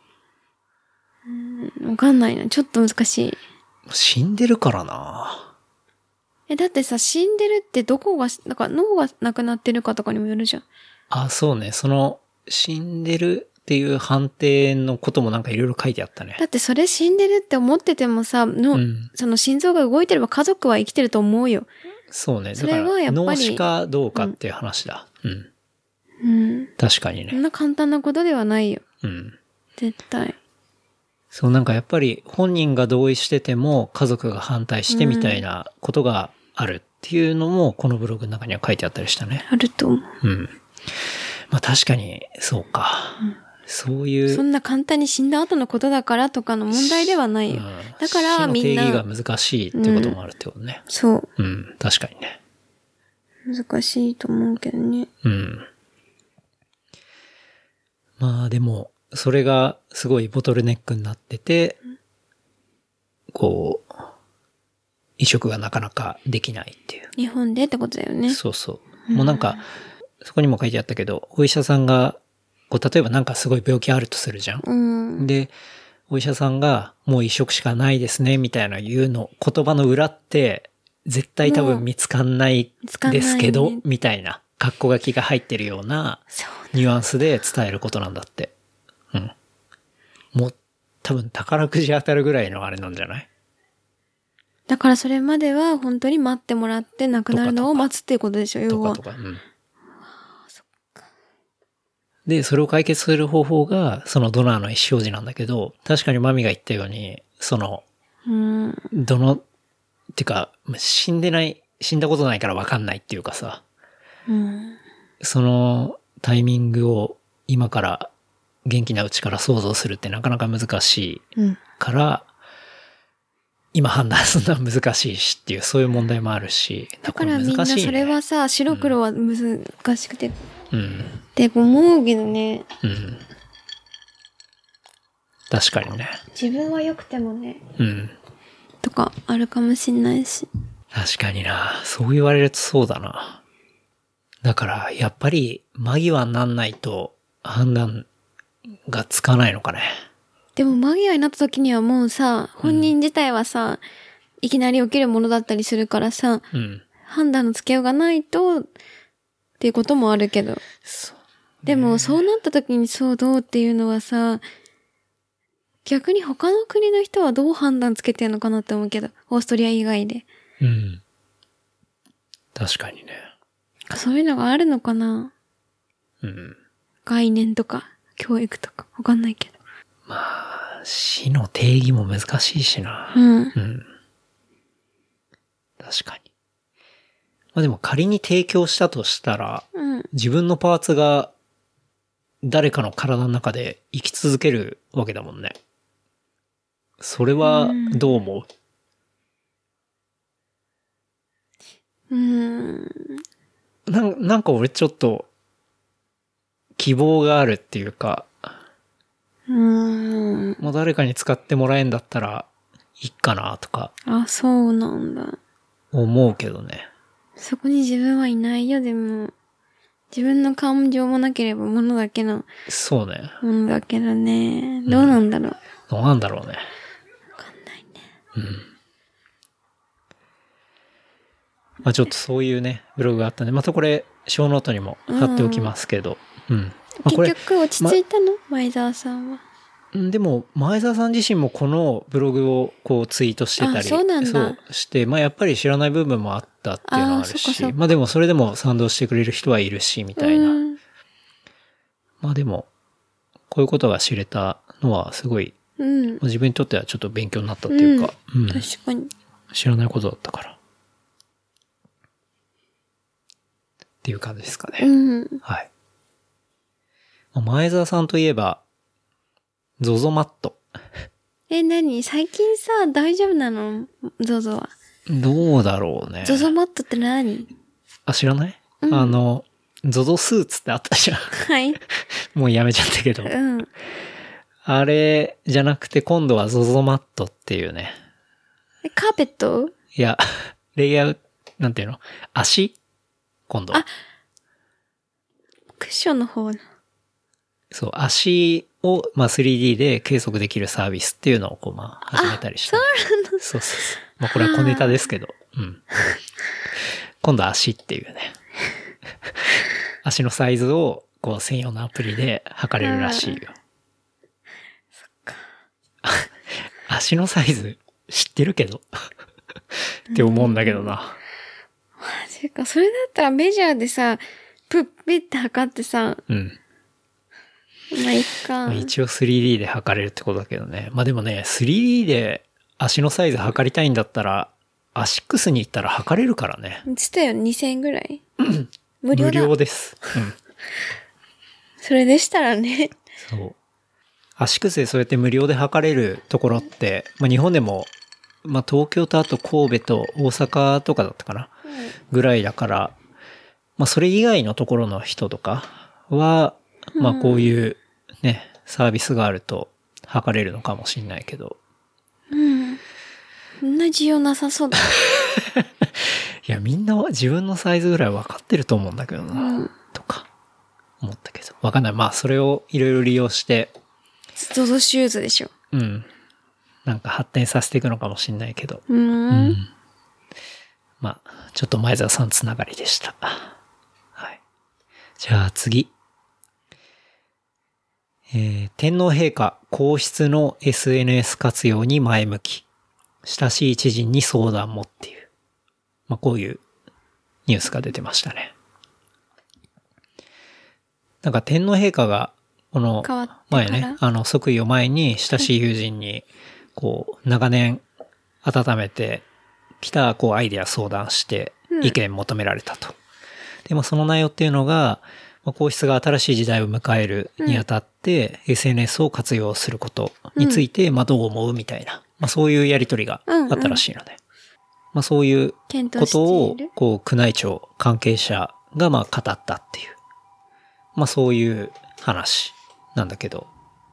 わかんないな。ちょっと難しい。 死んでるからな。 だってさ、死んでるってどこが、なんか脳がなくなってるかとかにもよるじゃん。 あ、そうね。死んでるっていう判定のこともなんかいろいろ書いてあったね。 だってそれ死んでるって思っててもさ、その心臓が動いてれば家族は生きてると思うよ。 そうね。だから脳死かどうかっていう話だ。確かにね。 そんな簡単なことではないよ。絶対。 そう、なんかやっぱり本人が同意してても家族が反対してみたいなことがあるっていうのもこのブログの中には書いてあったりしたね。 あると思う。 まあ確かにそうか。そういう。 そんな簡単に死んだ後のことだからとかの問題ではないよ。だからみんな。 死の定義が難しいってこともあるってことね。 そう。 確かにね。 難しいと思うけどね。 まあでも、それがすごいボトルネックになってて、こう、移植がなかなかできないっていう。 日本でってことだよね。 そうそう。もうなんか、そこにも書いてあったけど、お医者さんが、こう、例えばなんかすごい病気あるとするじゃん。で、お医者さんが、もう移植しかないですね、みたいな言葉の裏って、絶対多分見つかんないですけど、みたいな、括弧書きが入ってるような、ニュアンスで伝えることなんだって。もう、多分宝くじ当たるぐらいのあれなんじゃない？ だからそれまでは本当に待ってもらって亡くなるのを待つっていうことでしょ、要は。 とか。で、それを解決する方法が、そのドナーの意思表示なんだけど、確かにマミが言ったように、ってか、死んだことないから分かんないっていうかさ、 タイミングを今から元気なうちから想像するってなかなか難しいから、今判断するのは難しいしっていう、そういう問題もあるし。 だからみんなそれはさ、白黒は難しくて。って思うけどね。 確かにね。 自分は良くてもね。とかあるかもしんないし。 確かにな。そう言われるとそうだな。だから、やっぱり間際になんないと判断がつかないのかね。 でも間際になった時にはもうさ、本人自体はさ、いきなり起きるものだったりするからさ、判断のつけようがないと、っていうこともあるけど。でもそうなった時にそうどうっていうのはさ、逆に他の国の人はどう判断つけてるのかなって思うけど、オーストリア以外で。 確かにね。 そういうのがあるのかな。概念とか、教育とか、わかんないけど。 まあ、死の定義も難しいしな。確かに。まあでも仮に提供したとしたら、自分のパーツが誰かの体の中で生き続けるわけだもんね。それはどう思う？なんか俺ちょっと希望があるっていうか、もう誰かに使ってもらえんだったらいいかなとか。 あ、そうなんだ。 思うけどね。 そこに自分はいないよ、でも。自分の感情もなければものだけの。 そうね。 ものだけどね。どうなんだろう。 どうなんだろうね。 わかんないね。 まあちょっとそういうね、ブログがあったんで、またこれ、小ノートにも貼っておきますけど。 まあ、結局落ち着いたの、前澤さんは。 でも、前澤さん自身もこのブログをこうツイートしてたり、 そうなんだ。 そうして、まあやっぱり知らない部分もあったっていうのはあるし、まあでもそれでも賛同してくれる人はいるし、みたいな。まあでも、こういうことが知れたのはすごい、自分にとってはちょっと勉強になったっていうか、 確かに。 知らないことだったから。っていう感じですかね。はい。前澤さんといえば、ZOZO マット。 何最近さ、大丈夫なの ?ZOZO は。 どうだろうね。 ZOZO マットって何？ あ、知らない？ZOZO スーツってあったじゃん。 はい。 もうやめちゃったけど。あれじゃなくて今度は ZOZO マットっていうね。 カーペット？ いや、レイアウト、なんていうの？足？今度。 クッションの方の。 そう、足を、まあ、3D で計測できるサービスっていうのをこう、まあ、始めたりして。 そうなの？ そう。まあ、これは小ネタですけど。今度は足っていうね。足のサイズを、こう、専用のアプリで測れるらしいよ。 そっか。 足のサイズ知ってるけど。って思うんだけどな。 マジか。それだったらメジャーでさ、ピッて測ってさ。まあいいか。 一応 3D で測れるってことだけどね。まあでもね、3D で足のサイズ測りたいんだったら、アシックスに行ったら測れるからね。 言ってたよ、2000円ぐらい。 無料です。 それでしたらね。 そう。アシックスでそうやって無料で測れるところって、まあ日本でも、まあ東京とあと神戸と大阪とかだったかな。ぐらいだから、まあそれ以外のところの人とかは、まあこういうね、サービスがあると測れるのかもしれないけど。 そんな需要なさそうだ。 いや、みんな自分のサイズぐらい分かってると思うんだけどな、とか思ったけど。わかんない。まあそれをいろいろ利用して。 ZOZOシューズでしょ。 なんか発展させていくのかもしれないけど。まあ、ちょっと前澤さんつながりでした。はい。じゃあ次。天皇陛下皇室の SNS 活用に前向き。親しい知人に相談もっていう。まあこういうニュースが出てましたね。なんか天皇陛下が、この前ね、即位を前に親しい友人に、こう、長年温めてきた、こう、アイデア相談して意見求められたと。でもその内容っていうのが、 まあ、皇室が新しい時代を迎えるにあたって、SNS を活用することについて、まあどう思うみたいな、まあそういうやりとりがあったらしいので、まあそういうことを、こう、宮内庁関係者がまあ語ったっていう、まあそういう話なんだけど。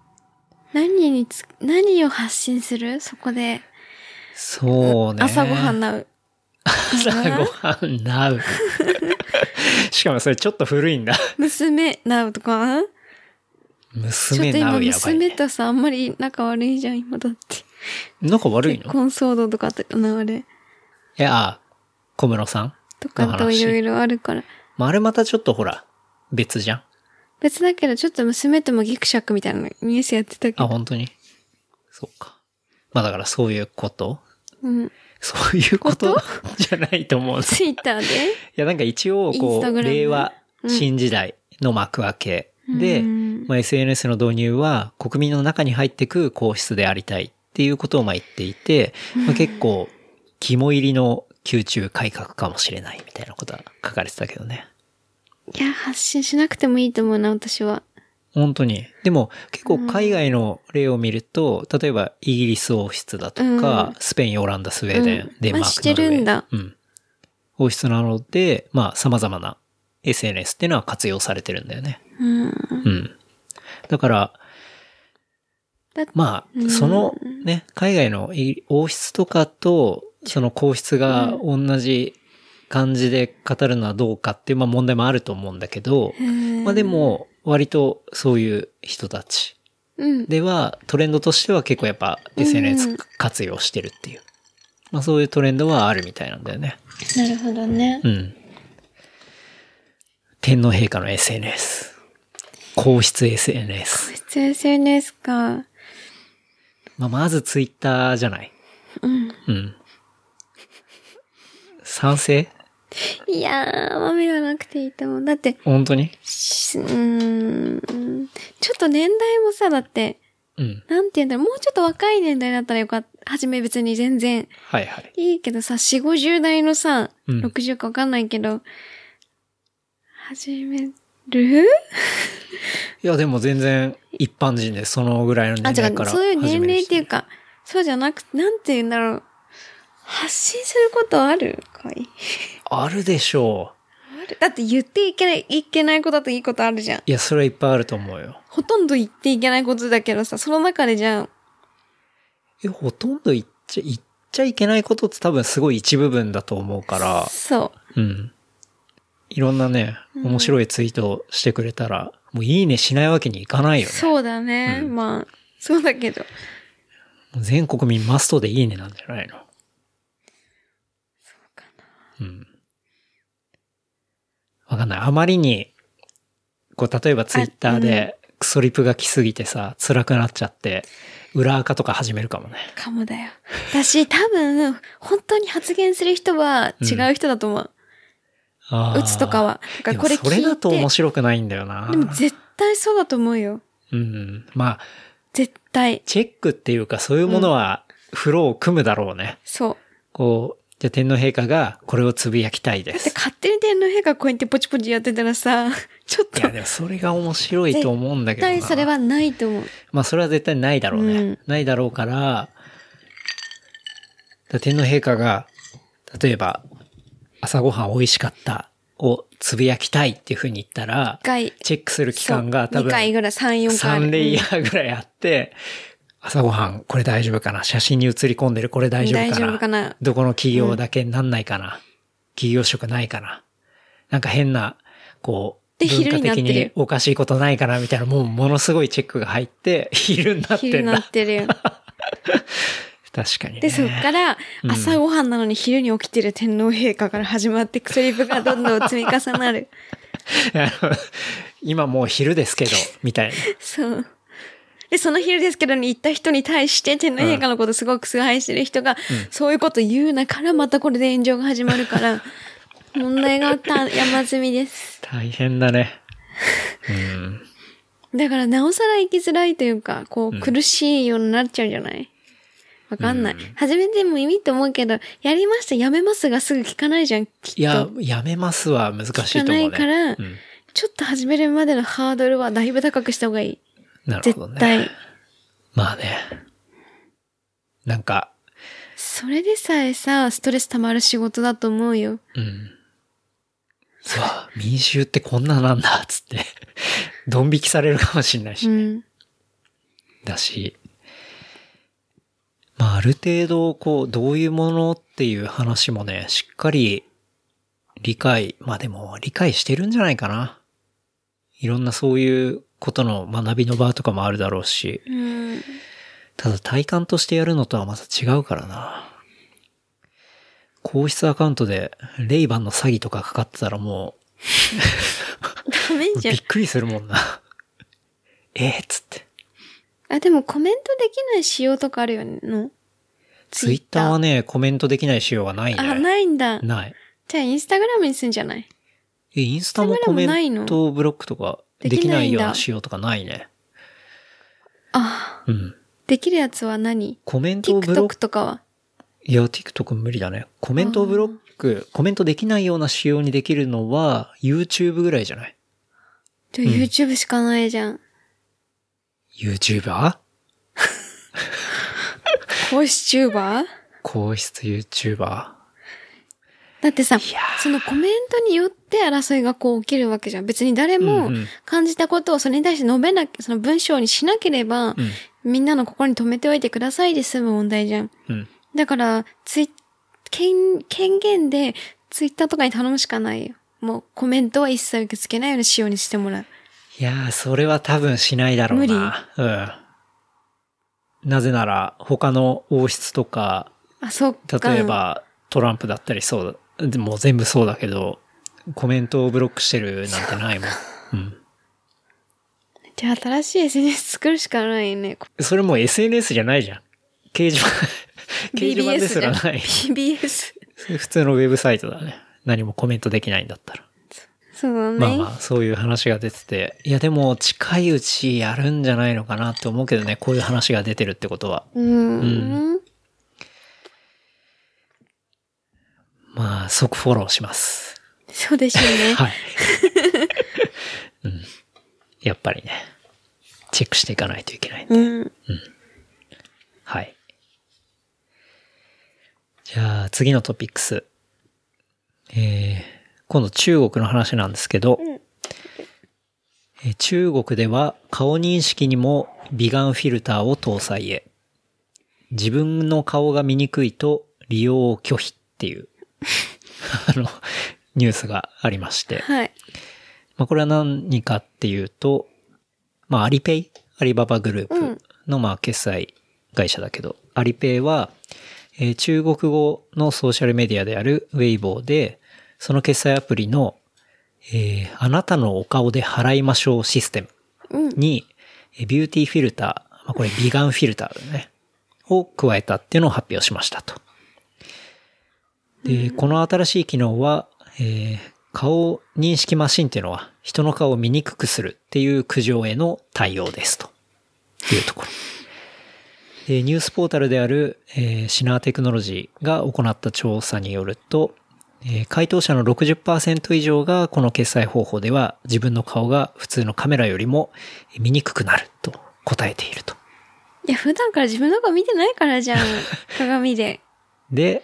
何を発信する？そこで。 そうね。 朝ごはんなう。 朝ごはんなう。しかもそれちょっと古いんだ。 娘なうとか？ 娘なうやばい、ね。 娘とさ、あんまり仲悪いじゃん、今だって。 仲悪いの？ 結婚騒動とかってあれ。 いや、小室さんとかといろいろあるから。 まあ、あれまたちょっとほら、別じゃん。 別だけど、ちょっと娘ともギクシャクみたいなニュースやってたけど。 あ、本当に？そうか。まあだからそういうこと？ うん。 そういうことじゃないと思う。 ツイッターで？いや、なんか一応、こう、令和新時代の幕開けで、まあ、SNS の導入は国民の中に入ってく皇室でありたいっていうことをまあ言っていて、まあ、結構、肝入りの宮中改革かもしれないみたいなことは書かれてたけどね。 いや、発信しなくてもいいと思うな、私は。 本当に。でも結構海外の例を見ると、例えばイギリス王室だとか、スペイン、オランダ、スウェーデン、デンマーク、 してるんだ。 王室なので、まあ様々な SNS っていうのは活用されてるんだよね。だから、まあ、そのね、海外の王室とかと、その皇室が同じ感じで語るのはどうかっていう、まあ問題もあると思うんだけど、まあでも、割とそういう人たちでは、トレンドとしては結構やっぱ SNS 活用してるっていう。まあそういうトレンドはあるみたいなんだよね。 なるほどね。 天皇陛下の SNS。皇室 SNS。 皇室 SNS か。 まあまずツイッターじゃない？賛成？ いやー、豆はなくていいと思う。だって。 本当に？ ちょっと年代もさ、だって、なんて言うんだろう、もうちょっと若い年代だったらよかった。はじめ別に全然。いいけどさ、4、50代のさ、60かわかんないけど、始める？ いや、でも全然一般人でそのぐらいの年代からそういう年齢っていうか、そうじゃなくて、なんて言うんだろう。発信することあるかい？ あるでしょう。だって言っていけないことといいことあるじゃん。 いや、それはいっぱいあると思うよ。 ほとんど言っていけないことだけどさ、その中でじゃん。 ほとんど言っちゃいけないことって多分すごい一部分だと思うから。 そう。 いろんなね、面白いツイートしてくれたら、もういいねしないわけにいかないよね。 そうだね。まあ、そうだけど。 全国民マストでいいねなんじゃないの？わかんない。あまりに、こう、例えばツイッターでクソリプが来すぎてさ、辛くなっちゃって、裏垢とか始めるかもね。 かもだよ。私多分、本当に発言する人は違う人だと思う。打つとかは。 これ聞いてそれだと面白くないんだよな。 でも絶対そうだと思うよ。 まあ。 絶対。 チェックっていうかそういうものは、フローを組むだろうね。 そう。 こう、じゃあ天皇陛下がこれをつぶやきたいです。 だって勝手に天皇陛下こうやってポチポチやってたらさ、ちょっと。 いやでもそれが面白いと思うんだけどな。 絶対それはないと思う。 まあそれは絶対ないだろうね。ないだろうから、天皇陛下が、例えば、朝ごはん美味しかったをつぶやきたいっていう風に言ったら、チェックする期間が多分、 2回ぐらい、3、4回。 3レイヤーぐらいあって、朝ごはんこれ大丈夫かな？写真に写り込んでるこれ大丈夫かな？ 大丈夫かな？ どこの企業だけなんないかな？企業職ないかな？なんか変な、こう、文化的におかしいことないかなみたいな、ものすごいチェックが入って、昼になってんだ。 昼になってるよ。 確かにね。 で、そっから、朝ごはんなのに昼に起きてる天皇陛下から始まって、クソリプがどんどん積み重なる。 今もう昼ですけど、みたいな。 そう。で、その昼ですけどに言った人に対して天皇陛下のことすごく崇拝してる人が、そういうこと言うなからまたこれで炎上が始まるから、問題が山積みです。 大変だね。 だからなおさら生きづらいというか、こう苦しいようになっちゃうんじゃない？わかんない。初めても意味と思うけど、やりました、やめますがすぐ聞かないじゃん、きっと。 いや、やめますは難しいと思うね。 聞かないから、 ちょっと始めるまでのハードルはだいぶ高くした方がいい。 なるほどね。 絶対。 まあね。なんか。 それでさえさ、ストレス溜まる仕事だと思うよ。 うん。そう、民衆ってこんななんだ、つって。ドン引きされるかもしれないし、ね。うん。だし。まあある程度、こう、どういうものっていう話もね、しっかりまあでも理解してるんじゃないかな。いろんなそういうことの学びの場とかもあるだろうし。 うん、 ただ体感としてやるのとはまた違うからな。公式アカウントでレイバンの詐欺とかかかってたらもうダメじゃん。 びっくりするもんな。っつって。 あ、でもコメントできない仕様とかあるよねの？ ツイッターはね、コメントできない仕様がないね。 あ、ないんだ。 ない。 じゃあインスタグラムにするんじゃない？ インスタもコメントブロックとかできないような仕様とかないね。 ああ。 うん。 できるやつは何？ コメントブロック。 TikTok とかは？ いや、TikTok 無理だね。コメントブロック、コメントできないような仕様にできるのは YouTube ぐらいじゃない？ じゃあ YouTube しかないじゃん。 YouTuber？ 皇室 YouTuber？ 皇室 YouTuber。 だってさ、そのコメントによって争いがこう起きるわけじゃん。別に誰も感じたことをそれに対して述べなきゃ、その文章にしなければ、みんなの心に留めておいてくださいで済む問題じゃん。だから、権限でツイッターとかに頼むしかないよ。もうコメントは一切受け付けないような仕様にしてもらう。 いやー、それは多分しないだろうな。無理？うん。なぜなら、他の王室とか、 そっか。 例えばトランプだったりそうだ、でも全部そうだけど、コメントをブロックしてるなんてないもん。うん。 じゃあ新しい SNS 作るしかないね。 それもう SNS じゃないじゃん。掲示板ですらない。 BBS。 普通のウェブサイトだね。何もコメントできないんだったら。 そうだね。 まあまあ、そういう話が出てて。いやでも、近いうちやるんじゃないのかなって思うけどね、こういう話が出てるってことは。まあ、即フォローします。 そうでしょうね。 はい。うん。やっぱりね、チェックしていかないといけないんで。はい。じゃあ、次のトピックス。今度中国の話なんですけど、中国では顔認識にも美顔フィルターを搭載へ。自分の顔が見にくいと利用を拒否っていうニュースがありまして。 はい。 まあこれは何かっていうと、まあアリペイ、アリババグループのまあ決済会社だけど、アリペイは、中国語のソーシャルメディアであるウェイボーで、その決済アプリの、あなたのお顔で払いましょうシステムに、ビューティーフィルター、まあ、これ美顔フィルターだね、を加えたっていうのを発表しましたと。で、この新しい機能は、顔認識マシンっていうのは人の顔を見にくくするっていう苦情への対応ですというところ。ニュースポータルである、シナーテクノロジーが行った調査によると、回答者の 60% 以上がこの決済方法では自分の顔が普通のカメラよりも見にくくなると答えていると。 いや、普段から自分の顔見てないからじゃん。鏡で。 で、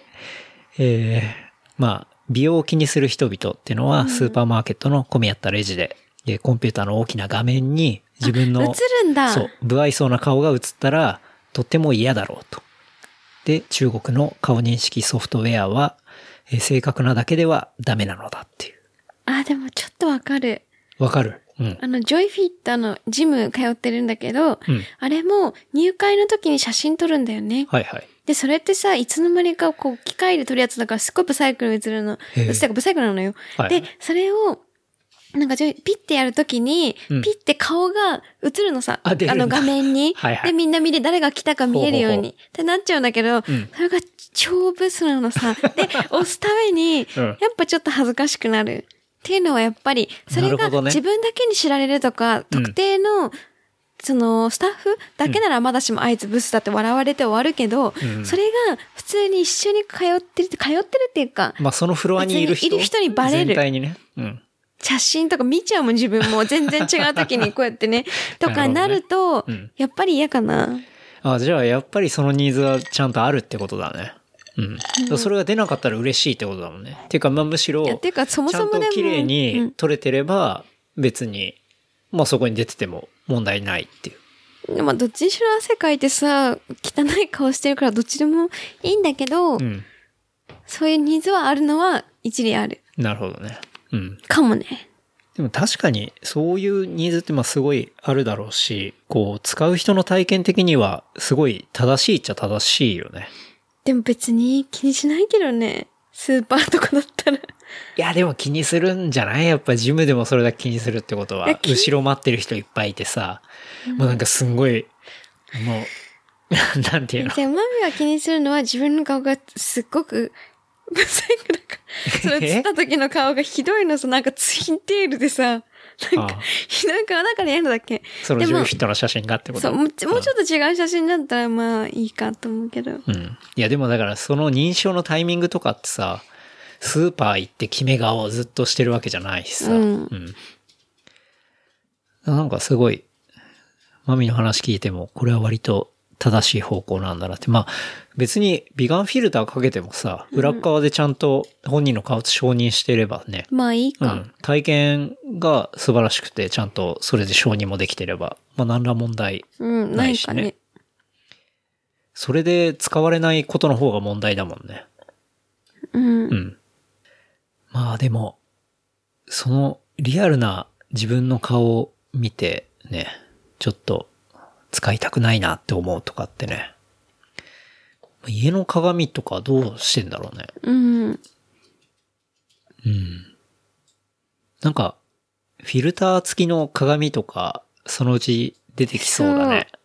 まあ、美容を気にする人々っていうのはスーパーマーケットの混み合ったレジで、コンピューターの大きな画面に自分の映るんだ。 そう、不愛想な顔が映ったらとっても嫌だろうと。で、中国の顔認識ソフトウェアは正確なだけではダメなのだっていう。 あ、でもちょっとわかる。 わかる。うん。 ジョイフィットジム通ってるんだけど、あれも入会の時に写真撮るんだよね。 はいはい。 で、それってさ、いつの間にかこう、機械で撮るやつだからすっごいブサイクに映るの。ブサイクなのよ。はい、で、それを、なんかピッてやるときに、ピッて顔が映るのさ。画面に。はいはい。で、みんな誰が来たか見えるように。ってなっちゃうんだけど、それが超ブスなのさ。で、押すために、やっぱちょっと恥ずかしくなる。っていうのはやっぱり、それが自分だけに知られるとか、特定の、スタッフだけならまだしもあいつブスだって笑われて終わるけど、それが普通に一緒に通ってるっていうか、 まあそのフロアにいる人にバレる。 全体にね。 写真とか見ちゃうもん、自分も。全然違う時にこうやってね。とかなると、やっぱり嫌かな。 じゃあやっぱりそのニーズはちゃんとあるってことだね。それが出なかったら嬉しいってことだもんね。っていうか、むしろ、 ていうかそもそもちゃんと綺麗に撮れてれば、別に、そこに出てても問題ないっていう。 どっちにしろ汗かいてさ、汚い顔してるからどっちでもいいんだけど、そういうニーズはあるのは一理ある。 なるほどね。 かもね。 でも確かにそういうニーズってすごいあるだろうし、こう使う人の体験的にはすごい正しいっちゃ正しいよね。 でも別に気にしないけどね。スーパーとかだったら。いやでも気にするんじゃない？やっぱジムでもそれだけ気にするってことは、後ろ待ってる人いっぱいいてさ、もうなんかすんごい、もう、なんていうの。 じゃあマミは気にするのは自分の顔がすっごく、ブサイクだから。それ映った時の顔がひどいのさ、なんかツインテールでさ、なんか嫌なんだっけ。 そのジムフィットの写真がってこと？ そう、もうちょっと違う写真だったらいいかと思うけど。 いやでもだからその認証のタイミングとかってさ、スーパー行って決め顔をずっとしてるわけじゃないしさ。なんかすごい、マミの話聞いても、これは割と正しい方向なんだなって。別に美顔フィルターかけてもさ、裏側でちゃんと本人の顔と承認してればね。 いいか。 体験が素晴らしくて、ちゃんとそれで承認もできてれば、何ら問題ないしね。それで使われないことの方が問題だもんね。でも、そのリアルな自分の顔を見てね、ちょっと使いたくないなって思うとかってね。家の鏡とかどうしてんだろうね。なんか、フィルター付きの鏡とか、そのうち出てきそうだね。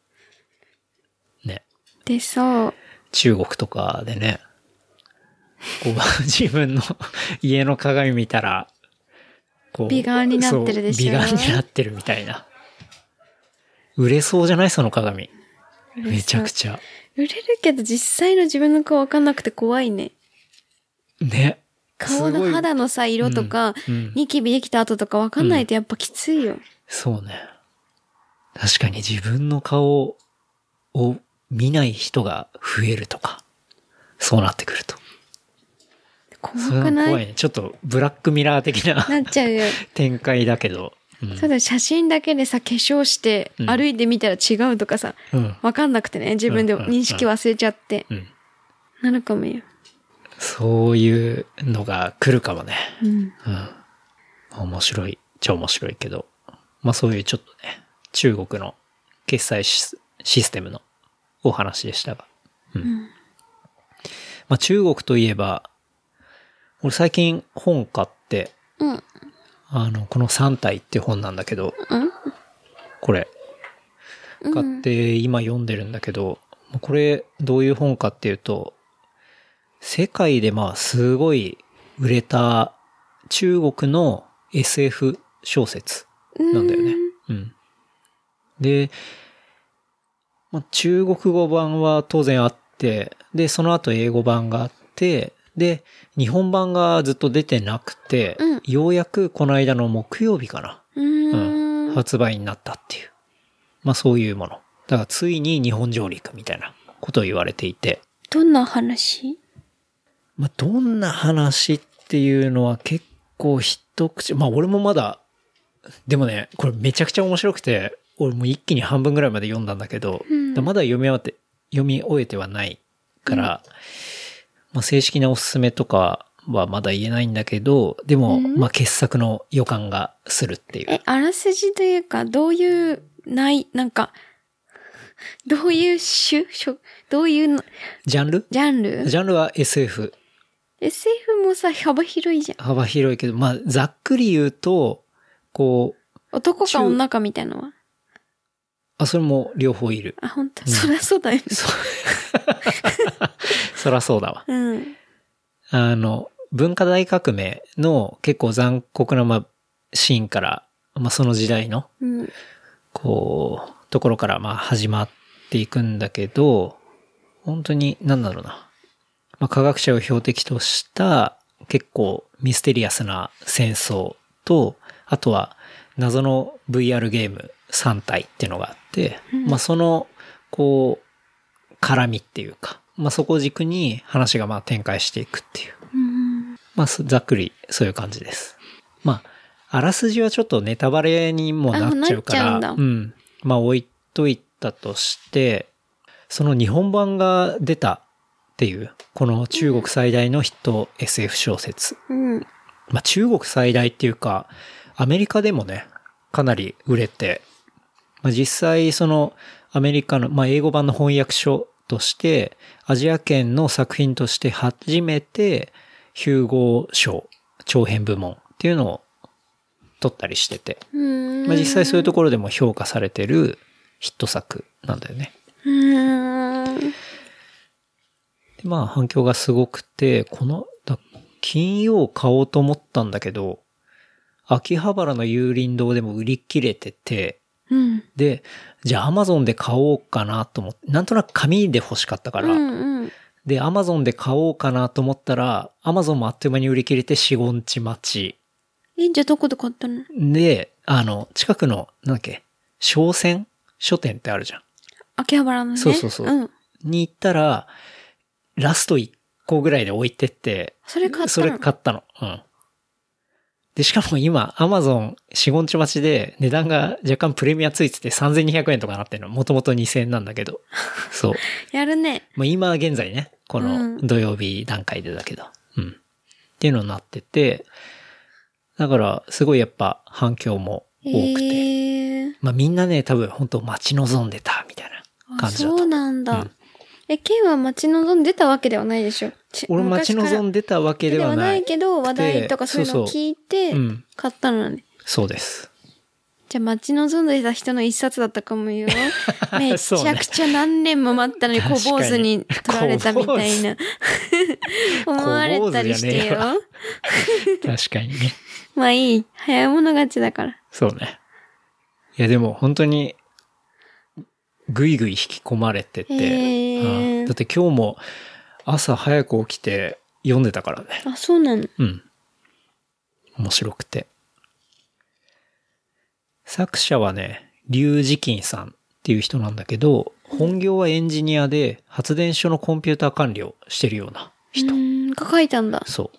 ね。 でそう。 中国とかでね。こう自分の家の鏡見たら、こう美顔になってるでしょ。 美顔になってるみたいな。売れそうじゃない？その鏡。めちゃくちゃ。 売れるけど実際の自分の顔わかんなくて怖いね。 ね。 顔の肌のさ、色とか、ニキビできた後とかわかんないとやっぱきついよ。 そうね。確かに自分の顔を見ない人が増えるとか、そうなってくると。 怖くない？ 怖いね。ちょっとブラックミラー的なっちゃうよ展開だけど。 そうだ、写真だけでさ、化粧して歩いてみたら違うとかさ、わかんなくてね、自分で認識忘れちゃって。なるかもよ。 そういうのが来るかもね。面白いっちゃ面白いけど。そういうちょっとね、中国の決済システムのお話でしたが。中国といえば、俺最近本買って、この3体って本なんだけど、これ、買って今読んでるんだけど、これどういう本かっていうと、世界ですごい売れた中国の SF 小説なんだよね。で、中国語版は当然あって、で、その後英語版があって、で、日本版がずっと出てなくて、ようやくこの間の木曜日かな。発売になったっていう。そういうもの。だからついに日本上陸みたいなことを言われていて。 どんな話？ どんな話っていうのは結構一口、俺もまだ、でもね、これめちゃくちゃ面白くて、俺も一気に半分ぐらいまで読んだんだけど、まだ読み終えてはないから、正式なおすすめとかはまだ言えないんだけど、でも、傑作の予感がするっていう。 あらすじというか、どういうなんか、どういうどういうジャンル？ ジャンルは SF。 SF もさ、幅広いじゃん。 幅広いけど、ざっくり言うと、こう。 男か女かみたいなのは？ それも両方いる。 本当、そりゃそうだよね。 そりゃそうだわ。文化大革命の結構残酷な、シーンから、その時代の、ところから始まっていくんだけど、本当になんだろうな。科学者を標的とした結構ミステリアスな戦争と、あとは謎の VR ゲーム3体っていうのがあって、まあその、こう、絡みっていうか、まあそこを軸に話がまあ展開していくっていう。まあざっくりそういう感じです。まあ、あらすじはちょっとネタバレにもなっちゃうから、まあ置いといたとして、その日本版が出たっていう、この中国最大のヒット SF 小説。まあ中国最大っていうか、アメリカでもね、かなり売れて、まあ実際そのアメリカの、まあ英語版の翻訳書として、アジア圏の作品として初めて、ヒューゴー賞、長編部門っていうのを取ったりしてて、まあ実際そういうところでも評価されてるヒット作なんだよね。でまあ反響がすごくて、金曜買おうと思ったんだけど、秋葉原の有林堂でも売り切れてて、で、じゃあ Amazon で買おうかなと思って、なんとなく紙で欲しかったから、で、Amazon で買おうかなと思ったら、Amazon もあっという間に売り切れて4、5日待ち。 じゃあどこで買ったの？ で、近くの、なんだっけ、商船書店ってあるじゃん。 秋葉原のね。 そう。に行ったら、ラスト1個ぐらいで置いてって、 それ買ったの。で、しかも今、Amazon 4、5日待ちで値段が若干プレミアついてて3200円とかなってるの。もともと2000円なんだけど。そう。 やるね。 もう今現在ね、この土曜日段階でだけど。っていうのになってて、だからすごいやっぱ反響も多くて。まあみんなね、多分本当待ち望んでたみたいな感じだと。 そうなんだ。ケンは待ち望んでたわけではないでしょ？ 俺待ち望んでたわけではない。 けど、話題とかそういうのを聞いて、買ったのね。 そうです。 じゃあ待ち望んでた人の一冊だったかもよ。めちゃくちゃ何年も待ったのに小坊主に取られたみたいな。思われたりしてよ。 確かにね。 まあいい。早い者勝ちだから。 そうね。いやでも本当に、ぐいぐい引き込まれてて、だって今日も朝早く起きて読んでたからね。 あ、そうなの？ 面白くて。作者はね、劉慈欣さんっていう人なんだけど、本業はエンジニアで発電所のコンピューター管理をしてるような人。 が書いたんだ。 そう。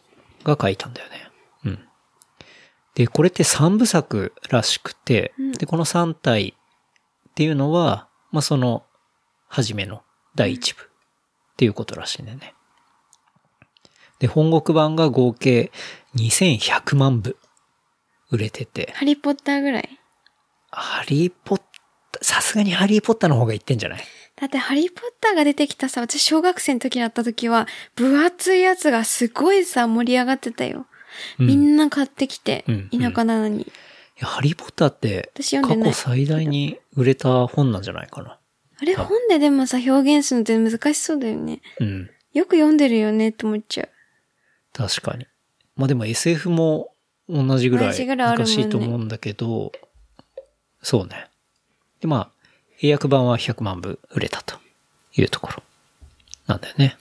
が書いたんだよね。で、これって3部作らしくて、で、この3体っていうのは、まあ、その、初めの第1部っていうことらしいんだよね。で、本国版が合計2100万部売れてて。 ハリーポッターぐらい？ さすがにハリーポッターの方が言ってんじゃない？ だってハリーポッターが出てきたさ、私小学生の時だった時は、分厚いやつがすごいさ、盛り上がってたよ。みんな買ってきて、田舎なのに。 ハリーポッターって過去最大に売れた本なんじゃないかな。 あれ本ででもさ、表現するのって難しそうだよね。よく読んでるよねって思っちゃう。 確かに。まあでも SF も同じぐらい難しいと思うんだけど、そうね。でまあ、英訳版は100万部売れたというところなんだよね。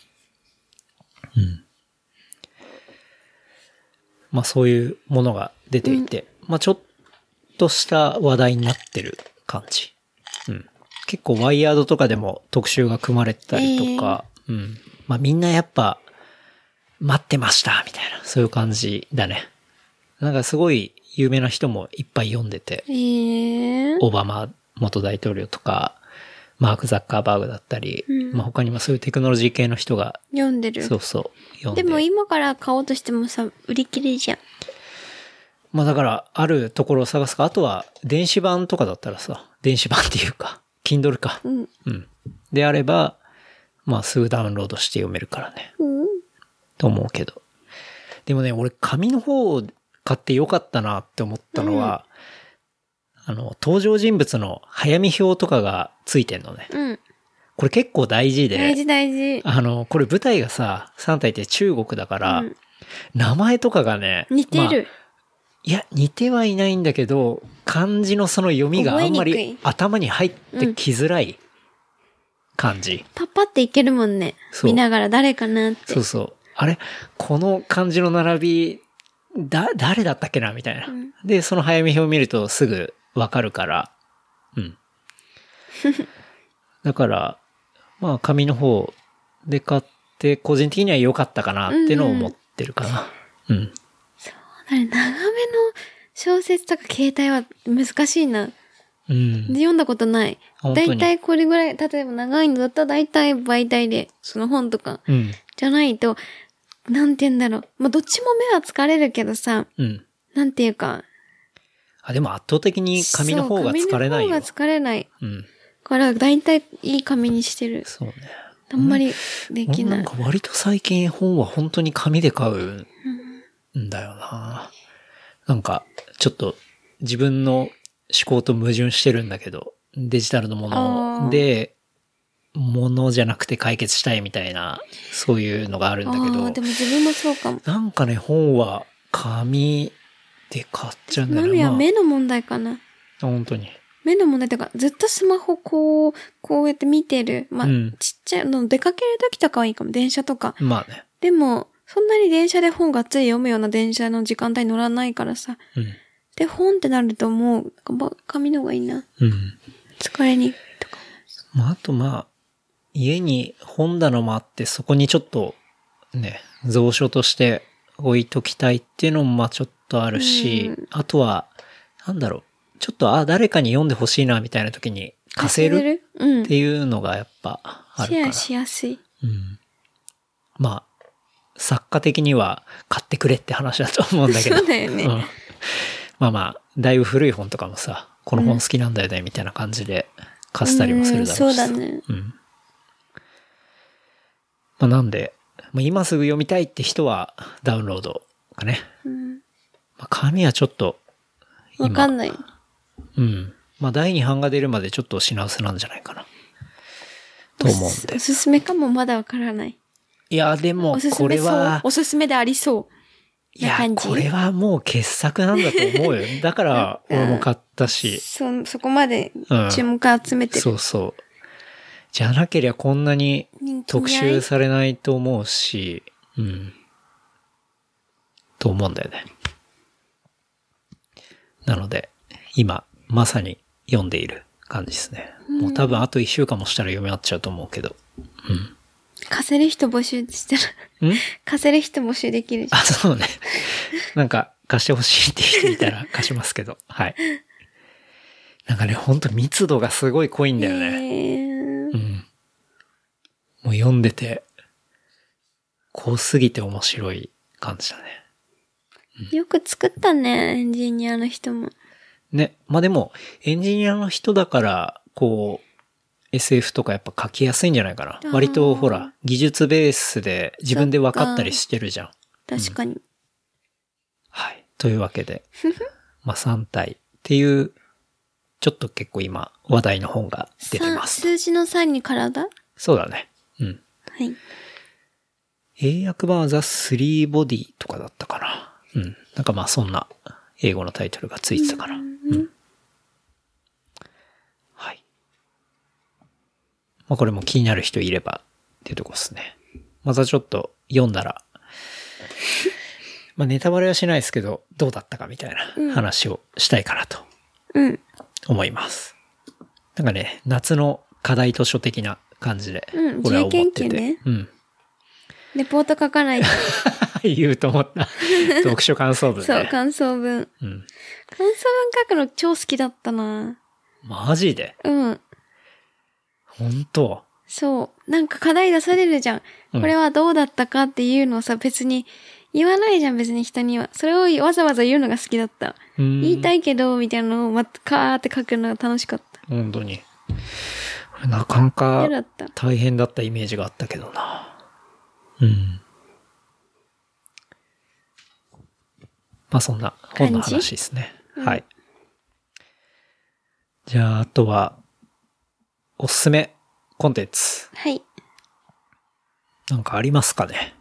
まあそういうものが出ていて、まあちょっとした話題になってる感じ。結構ワイヤードとかでも特集が組まれたりとか、まあみんなやっぱ待ってましたみたいな、そういう感じだね。なんかすごい有名な人もいっぱい読んでて、オバマ元大統領とか、マーク・ザッカーバーグだったり、まあ他にもそういうテクノロジー系の人が読んでる。 そうそう。読んで。 でも今から買おうとしてもさ、売り切れじゃん。 まあだから、あるところを探すか、あとは電子版とかだったらさ、電子版っていうか、Kindle か。であれば、まあすぐダウンロードして読めるからね。と思うけど。でもね、俺紙の方を買ってよかったなって思ったのは、登場人物の早見表とかがついてんのね。これ結構大事で。 大事。 これ舞台がさ、3体って中国だから、名前とかがね。 似てる、まあ。 いや、似てはいないんだけど、漢字のその読みがあんまり頭に入ってきづらい感じ。 パッパっていけるもんね。見ながら誰かなって。 そうそう。あれこの漢字の並び誰だったっけなみたいな。で、その早見表を見るとすぐわかるから、うん。だから、まあ、紙の方で買って、個人的には良かったかなっていうのを思ってるかな。うん。 そうだね。長めの小説とか携帯は難しいな。うん。で、読んだことない。だいたいこれぐらい、例えば長いのだったらだいたい媒体で、その本とか、じゃないと、なんて言うんだろう。まあ、どっちも目は疲れるけどさ、なんていうか。 でも圧倒的に紙の方が疲れないよ。 紙の方が疲れない。から、だいたいいい紙にしてる。 そうね。 あんまりできない。 なんか割と最近本は本当に紙で買うんだよな。なんか、ちょっと自分の思考と矛盾してるんだけど、デジタルのもので、ものじゃなくて解決したいみたいな、そういうのがあるんだけど。 でも自分もそうかも。 なんかね、本は紙で買っちゃうんだよな。目の問題かな。 本当に。 目の問題とか、ずっとスマホこうやって見てる。まあ、ちっちゃいの、出かけるときとかはいいかも。電車とか。 まあね。 でも、そんなに電車で本がっつり読むような電車の時間帯乗らないからさ。で、本ってなるともう、紙の方がいいな。疲れにくいとか。 あと家に本棚もあって、そこにちょっと、ね、蔵書として置いときたいっていうのもちょっとあるし、あとは、なんだろう。ちょっと、誰かに読んでほしいな、みたいな時に貸せるっていうのがやっぱあるから。 シェアしやすい。 まあ、作家的には買ってくれって話だと思うんだけど。 そうだよね。 まあ、だいぶ古い本とかもさ、この本好きなんだよね、みたいな感じで貸したりもするだろうし。 そうだね。 まあ、なんで、今すぐ読みたいって人はダウンロードかね。まあ、紙はちょっと、 わかんない。 まあ、第2版が出るまでちょっと品薄なんじゃないかな。と思うんで。 おすすめかもまだわからない。 いや、でも、これは。 おすすめでありそう。 いや、これはもう傑作なんだと思うよ。だから、俺も買ったし。 そこまで注目集めてる。 そうそう。じゃなけりゃこんなに特集されないと思うし、と思うんだよね。なので、今、まさに読んでいる感じですね。もう多分あと1週間もしたら読み終わっちゃうと思うけど。 貸せる人募集したら。貸せる人募集できるじゃん。 そうね。なんか貸してほしいって人いたら貸しますけど。はい。なんかね、ほんと密度がすごい濃いんだよね。もう読んでて、濃すぎて面白い感じだね。 よく作ったね、エンジニアの人も。 ね。まあでも、エンジニアの人だから、SF とかやっぱ書きやすいんじゃないかな。割とほら、技術ベースで自分で分かったりしてるじゃん。 確かに。 はい。というわけで、まあ3体っていう、ちょっと結構今話題の本が出てます。 数字の3に体？ そうだね。 はい。 英訳版はザ・スリーボディとかだったかな。なんかまあそんな英語のタイトルがついてたかな。はい。まあこれも気になる人いればっていうとこですね。またちょっと読んだら、まあネタバレはしないですけど、どうだったかみたいな話をしたいかなと思います。なんかね、夏の課題図書的な感じで、俺は思ってて。 自由研究ね。レポート書かないと。 言うと思った。読書感想文ね。 そう、感想文。感想文書くの超好きだったな。 マジで？本当？ そう。なんか課題出されるじゃん。これはどうだったかっていうのをさ、別に言わないじゃん、別に人には。それをわざわざ言うのが好きだった。言いたいけど、みたいなのをカーって書くのが楽しかった。 本当に。なかなか大変だったイメージがあったけどな。まあそんな本の話ですね。はい。じゃあ、あとは、おすすめコンテンツ。 はい。 なんかありますかね。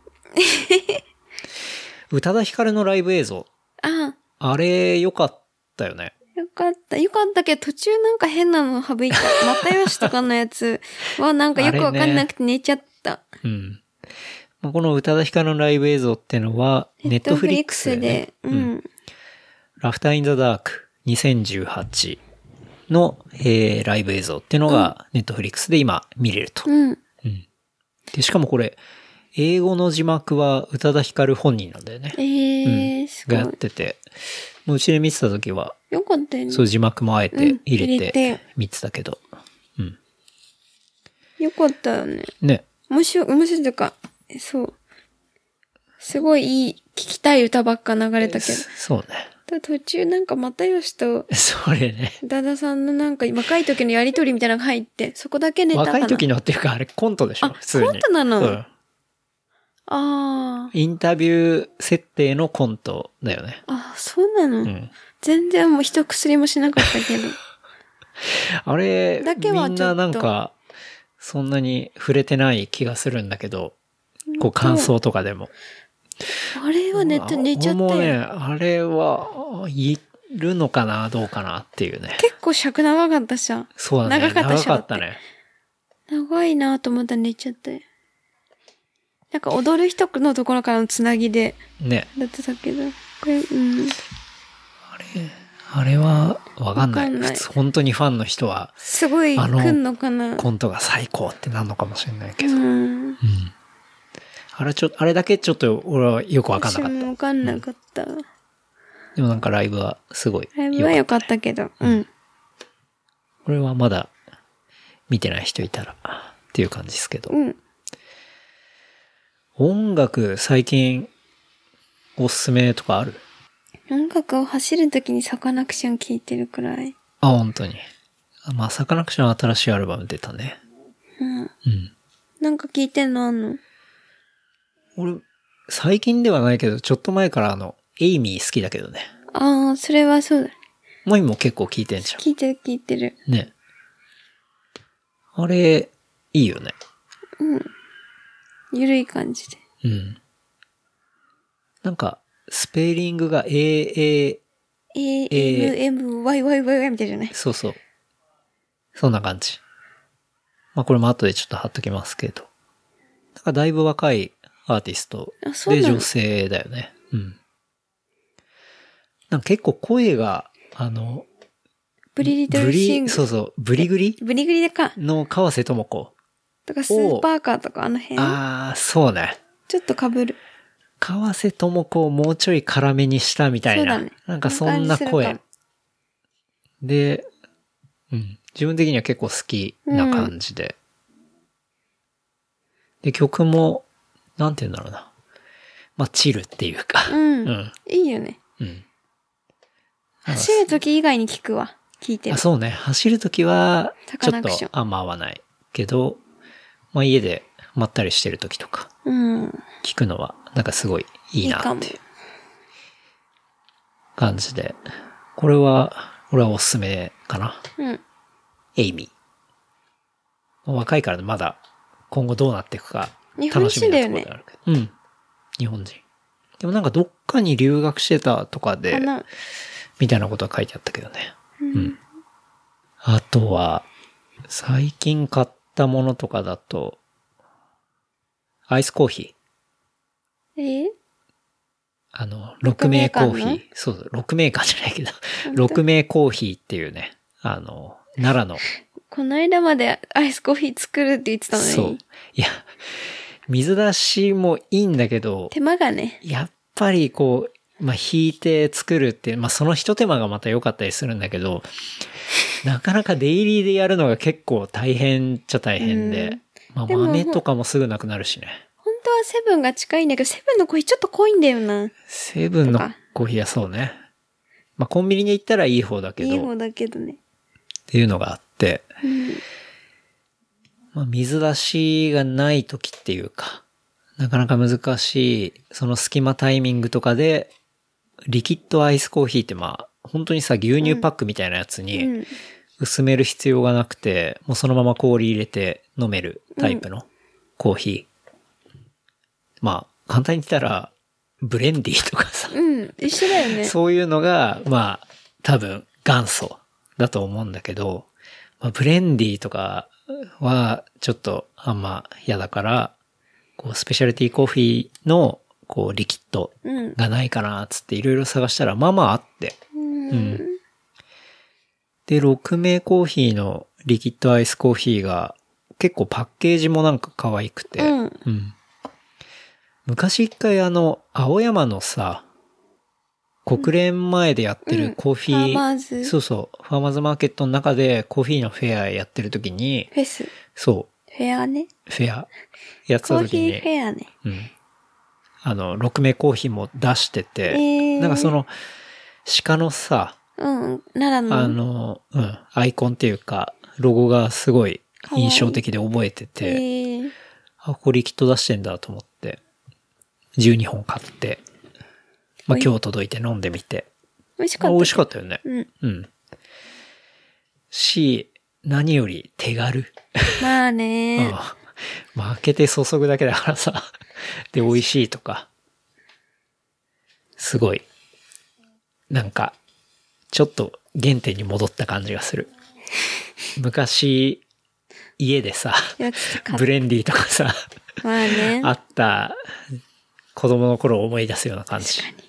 宇多田ヒカルのライブ映像。あれ、良かったよね。 よかったけど、途中なんか変なの省いた。又吉とかのやつはなんかよくわかんなくて寝ちゃった。 まあ、この宇多田ヒカルのライブ映像っていうのは、ネットフリックスで、ラフターインザダーク2018の、ライブ映像っていうのが、ネットフリックスで今見れると。で、しかもこれ、英語の字幕は宇多田ヒカル本人なんだよね。 すごい。 がやってて。もううちで見てた時は、 よかったよね。 そう字幕もあえて入れて見てたけど。 よかったよね。 ね。 面白いというか、そう。すごいいい、聞きたい歌ばっか流れたけど。 そうね。 途中なんか又吉と、 それね。 宇多田さんのなんか若い時のやりとりみたいなのが入って、そこだけネタかな。 若い時のっていうかあれコントでしょ普通に。 コントなの、 ああ。インタビュー設定のコントだよね。 そうなの、全然もう一薬もしなかったけど。 あれ、だけはみんななんか、そんなに触れてない気がするんだけど、こう感想とかでも。 あれは寝ちゃったよ。 もうね、あれは、いるのかなどうかなっていうね。 結構尺長かったし。 そうだね。長かったね。 長いなと思ったら寝ちゃったよ。なんか踊る人のところからのつなぎで。 ね。 だってたけど。これ、 あれは、わかんない。普通、本当にファンの人は。 すごい、来んのかな。 コントが最高ってなるのかもしれないけど。あれだけちょっと俺はよくわかんなかった。 私もわかんなかった。 でもなんかライブはすごい。 ライブは良かったけど。 これはまだ見てない人いたらっていう感じですけど。音楽最近おすすめとかある？ 音楽を走るときにサカナクション聴いてるくらい。 本当に。まあサカナクション新しいアルバム出たね。 なんか聴いてんのあんの？ 俺、最近ではないけど、ちょっと前からエイミー好きだけどね。 それはそうだね。 マイも結構聴いてんじゃん。 聴いてる。 ね。あれ、いいよね。 ゆるい感じで。 なんか、スペリングが AMMYYY みたいじゃない？ そうそう。そんな感じ。まあこれも後でちょっと貼っときますけど。なんかだいぶ若いアーティストで女性だよね。なんか結構声が、 ブリリトルシング。 そうそう、ブリグリか。 の川瀬智子。 とかスーパーカーとか辺。 そうね。 ちょっと被る。 川瀬智子をもうちょい辛めにしたみたいな。そうだね。なんかそんな声。で、自分的には結構好きな感じで。で、曲も、なんて言うんだろうな。まあ、チルっていうか。 いいよね。走るとき以外に聞くわ。聞いてる。 そうね。走るときは、ちょっとあんま合わないけど、まあ、家でまったりしてるときとか、聞くのは、なんかすごいいいなっていう感じで。これは、俺はおすすめかな。エイミー。若いからまだ今後どうなっていくか楽しみなところであるけど。日本人。でもなんかどっかに留学してたとかで、みたいなことは書いてあったけどね。あとは、最近買ったものとかだと、アイスコーヒー。6名コーヒー。そう、6メーカーじゃないけど、6名コーヒーっていうね、奈良の。 この間までアイスコーヒー作るって言ってたのに。そう。 いや、水出しもいいんだけど、 手間がね。 やっぱりこう、まあ、引いて作るって、まあ、その一手間がまた良かったりするんだけど、なかなかデイリーでやるのが結構大変っちゃ大変で、まあ、豆とかもすぐなくなるしね。 本当はセブンが近いんだけど、セブンのコーヒーちょっと濃いんだよな。 セブンのコーヒーはそうね。まあ、コンビニに行ったらいい方だけど。 いい方だけどね。 っていうのがあって、まあ、水出しがない時っていうか、なかなか難しい、その隙間タイミングとかで、リキッドアイスコーヒーってまあ、本当にさ、牛乳パックみたいなやつに、薄める必要がなくて、もうそのまま氷入れて飲めるタイプのコーヒー。まあ、簡単に言ったら、ブレンディーとかさ。 一緒だよね。 そういうのが、まあ、多分元祖だと思うんだけど、まあ、ブレンディーとかはちょっとあんま嫌だから、 こう、スペシャリティコーヒーの、こう、リキッドがないかな、つっていろいろ探したら、まあまああって。で、6名コーヒーのリキッドアイスコーヒーが、結構パッケージもなんか可愛くて。昔一回青山のさ、国連前でやってるコーヒー、 ファーマーズ。 そうそう、ファーマーズマーケットの中でコーヒーのフェアやってる時に、 フェス。 そう。 フェアね。 フェア。やってた時に。 コーヒーフェアね。 6名コーヒーも出してて、なんかその、鹿のさ、 奈良の。 アイコンっていうか、ロゴがすごい印象的で覚えてて、あ、これリキッド出してんだと思って、12本買って、まあ今日届いて飲んでみて。 美味しかった。 美味しかったよね。何より手軽。 まあね。 開けて注ぐだけだからさ。で、美味しいとか。すごい。なんか、ちょっと原点に戻った感じがする。昔、家でさ、ブレンディとかさ、 まあね。 あった子供の頃を思い出すような感じ。 確かに。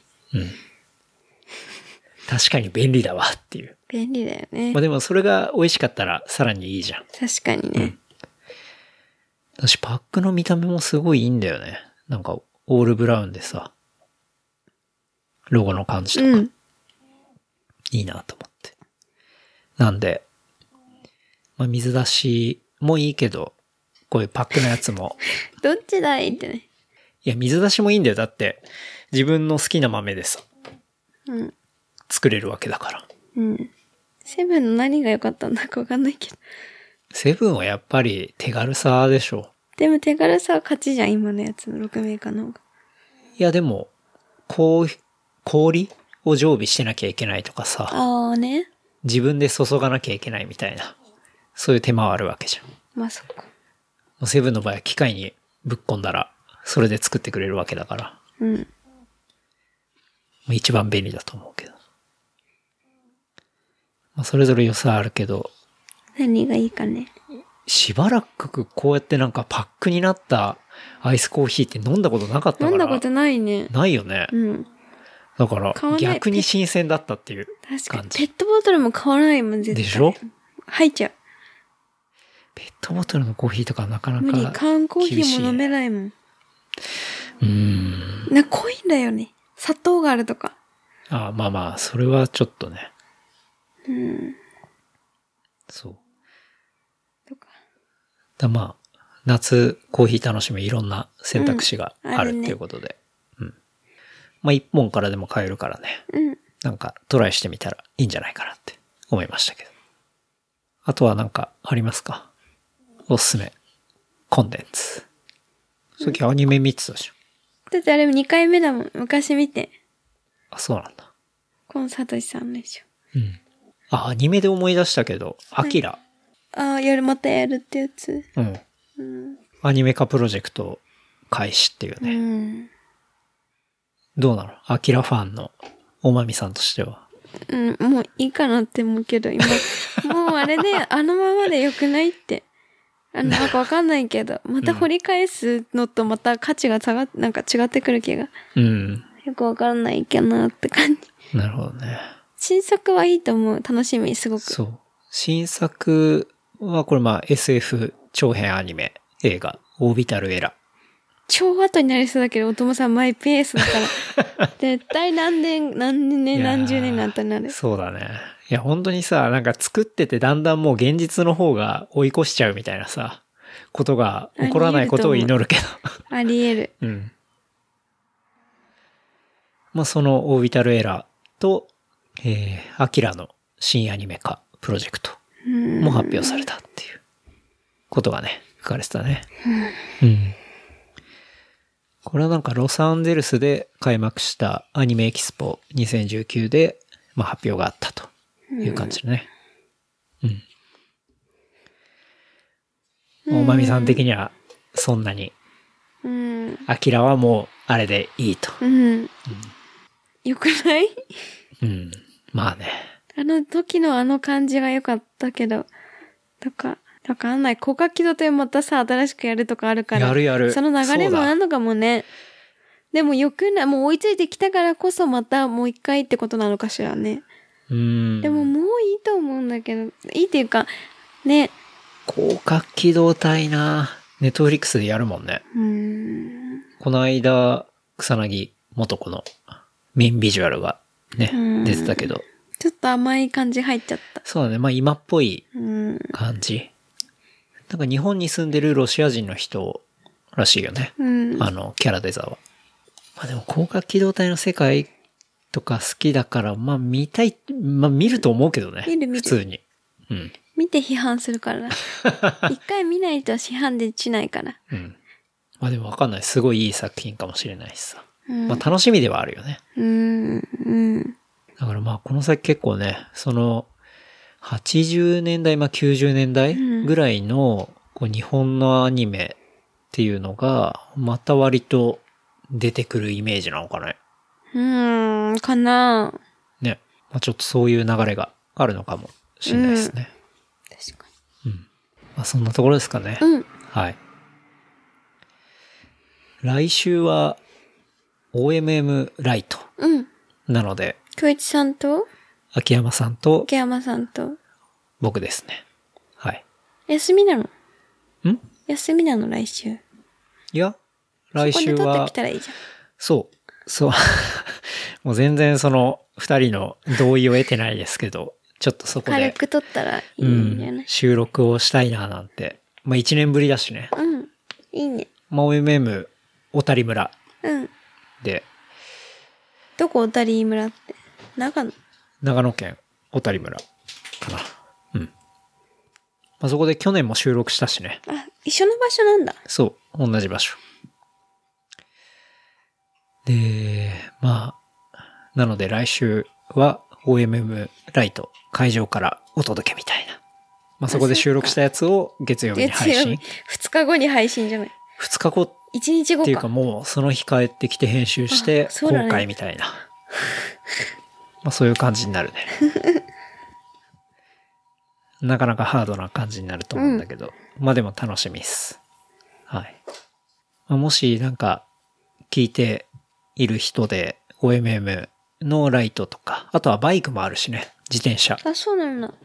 確かに便利だわっていう。 便利だよね。 まあでもそれが美味しかったらさらにいいじゃん。 確かにね。 私パックの見た目もすごいいいんだよね。なんかオールブラウンでさ、ロゴの感じとか。いいなと思って。なんで、まあ水出しもいいけど、こういうパックのやつも。 どっちだいってね。 いや、水出しもいいんだよ。だって、自分の好きな豆でさ、作れるわけだから。 セブンの何が良かったんだかわかんないけど。 セブンはやっぱり手軽さでしょ。 でも手軽さは勝ちじゃん、今のやつの6メーカーの方が。 いやでも、氷を常備してなきゃいけないとかさ。 ああね。 自分で注がなきゃいけないみたいな。そういう手間はあるわけじゃん。 まあそっか。 セブンの場合は機械にぶっ込んだら、それで作ってくれるわけだから。一番便利だと思うけど。まあそれぞれ良さあるけど。 何がいいかね。 しばらくこうやってなんかパックになったアイスコーヒーって飲んだことなかったから。 飲んだことないね。 ないよね。だから逆に新鮮だったっていう感じ。 確かに。ペットボトルも買わないもん、絶対。 でしょ？ 入っちゃう。 ペットボトルのコーヒーとかなかなか無理。缶コーヒーも飲めないもん。濃いんだよね。砂糖があるとか。 ああ、まあまあ、それはちょっとね。そう。 とか。 まあ、夏コーヒー楽しむいろんな選択肢があるっていうことで。まあ一本からでも買えるからね。なんかトライしてみたらいいんじゃないかなって思いましたけど。あとはなんかありますか？おすすめ。コンテンツ。さっきアニメ見てたでしょ。 だってあれ2回目だもん。昔見て。 あ、そうなんだ。 コンサトシさんのでしょ。 あ、アニメで思い出したけど、アキラ。 ああ、またやるってやつ。 アニメ化プロジェクト開始っていうね。どうなの？アキラファンのおまみさんとしては。 もういいかなって思うけど、今、もうあれで、あのままでよくないって。なんかわかんないけど、また掘り返すのとまた価値がなんか違ってくる気が。よくわからないかなって感じ。 なるほどね。 新作はいいと思う。楽しみ、すごく。 そう。新作はこれまあ SF 長編アニメ映画、オービタルエラ。 超後になりそうだけど、おともさんマイペースだから。絶対何十年の後になる。 そうだね。いや、本当にさ、なんか作っててだんだんもう現実の方が追い越しちゃうみたいなさ、ことが起こらないことを祈るけど。 あり得る。 まあそのオービタルエラーと、アキラの新アニメ化プロジェクトも発表されたっていうことがね、書かれてたね。これはなんかロサンゼルスで開幕したアニメエキスポ2019で、まあ、発表があったという感じだね。おまみさん的にはそんなに、アキラはもうあれでいいと。 よくない？ まあね。 あの時のあの感じが良かったけど、とか、 わかんない。広角機動隊またさ、新しくやるとかあるから。 やる。 その流れもあるのかもね。でもよくない。もう追いついてきたからこそまたもう一回ってことなのかしらね。でももういいと思うんだけど、いいっていうか、ね。 広角機動隊な。ネットフリックスでやるもんね。この間、草薙素子のメインビジュアルがね、出てたけど。 ちょっと甘い感じ入っちゃった。 そうだね。まあ今っぽい感じ。なんか日本に住んでるロシア人の人らしいよね。キャラデザは。まあでも広角機動隊の世界とか好きだから、まあ見たい、まあ見ると思うけどね。見る。普通に。 見て批判するからな。一回見ないと批判でしないから。 まあでもわかんない。すごいいい作品かもしれないしさ。まあ楽しみではあるよね。だからまあこの先結構ね、その80年代、まあ90年代ぐらいのこう日本のアニメっていうのがまた割と出てくるイメージなのかね。 かな。 ね。まあちょっとそういう流れがあるのかもしれないですね。 確かに。まあそんなところですかね。はい。来週は OMM ライト。なので。 京一さんと秋山さんと。 僕ですね。はい。 休みなの？休みなの来週。 いや、来週は。 そこで撮ってきたらいいじゃん。 そう。もう全然その二人の同意を得てないですけど、ちょっとそこで。 軽く撮ったらいいんじゃない？ 収録をしたいななんて。まあ1年ぶりだしね。 いいね。 まあ OMM 小谷村。で。 どこ小谷村って？ 長野県小谷村かな。まあそこで去年も収録したしね。 あ、一緒の場所なんだ。 そう、同じ場所。で、まあ、なので来週は OMM ライト会場からお届けみたいな。まあそこで収録したやつを月曜日に配信。 2日後に配信じゃない。 2日後。 1日後か。 っていうかもうその日帰ってきて編集して公開みたいな。まあそういう感じになるね。なかなかハードな感じになると思うんだけど。まあでも楽しみです。はい。まあ、もしなんか聞いている人で OMM のライトとか、あとはバイクもあるしね。自転車。 あ、そうなんだ。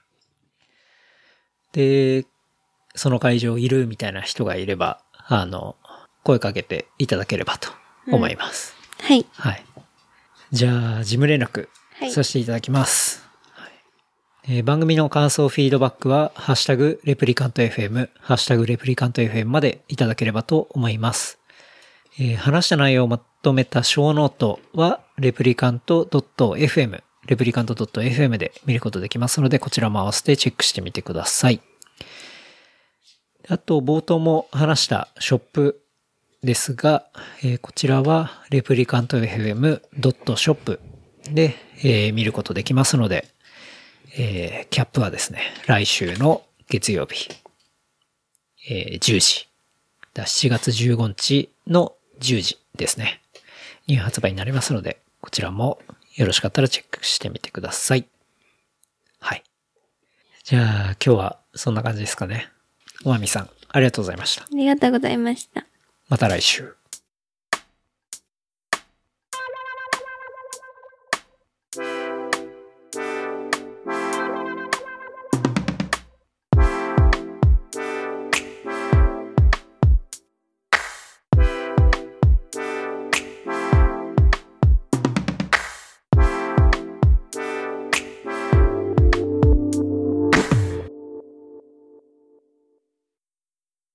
で、その会場いるみたいな人がいれば、声かけていただければと思います。 はい。 はい。じゃあ、事務連絡させていただきます。番組の感想、フィードバックは、ハッシュタグレプリカント FM、ハッシュタグレプリカント FM までいただければと思います。話した内容をまとめた小ノートは、レプリカント .fm、レプリカント .fm で見ることできますので、こちらも合わせてチェックしてみてください。あと、冒頭も話したショップですが、こちらは、レプリカント FM.shop で、見ることできますので、キャップはですね、来週の月曜日、10時、7月15日の10時ですね、に発売になりますので、こちらもよろしかったらチェックしてみてください。はい。じゃあ、今日はそんな感じですかね。おまみさん、ありがとうございました。 ありがとうございました。 また来週。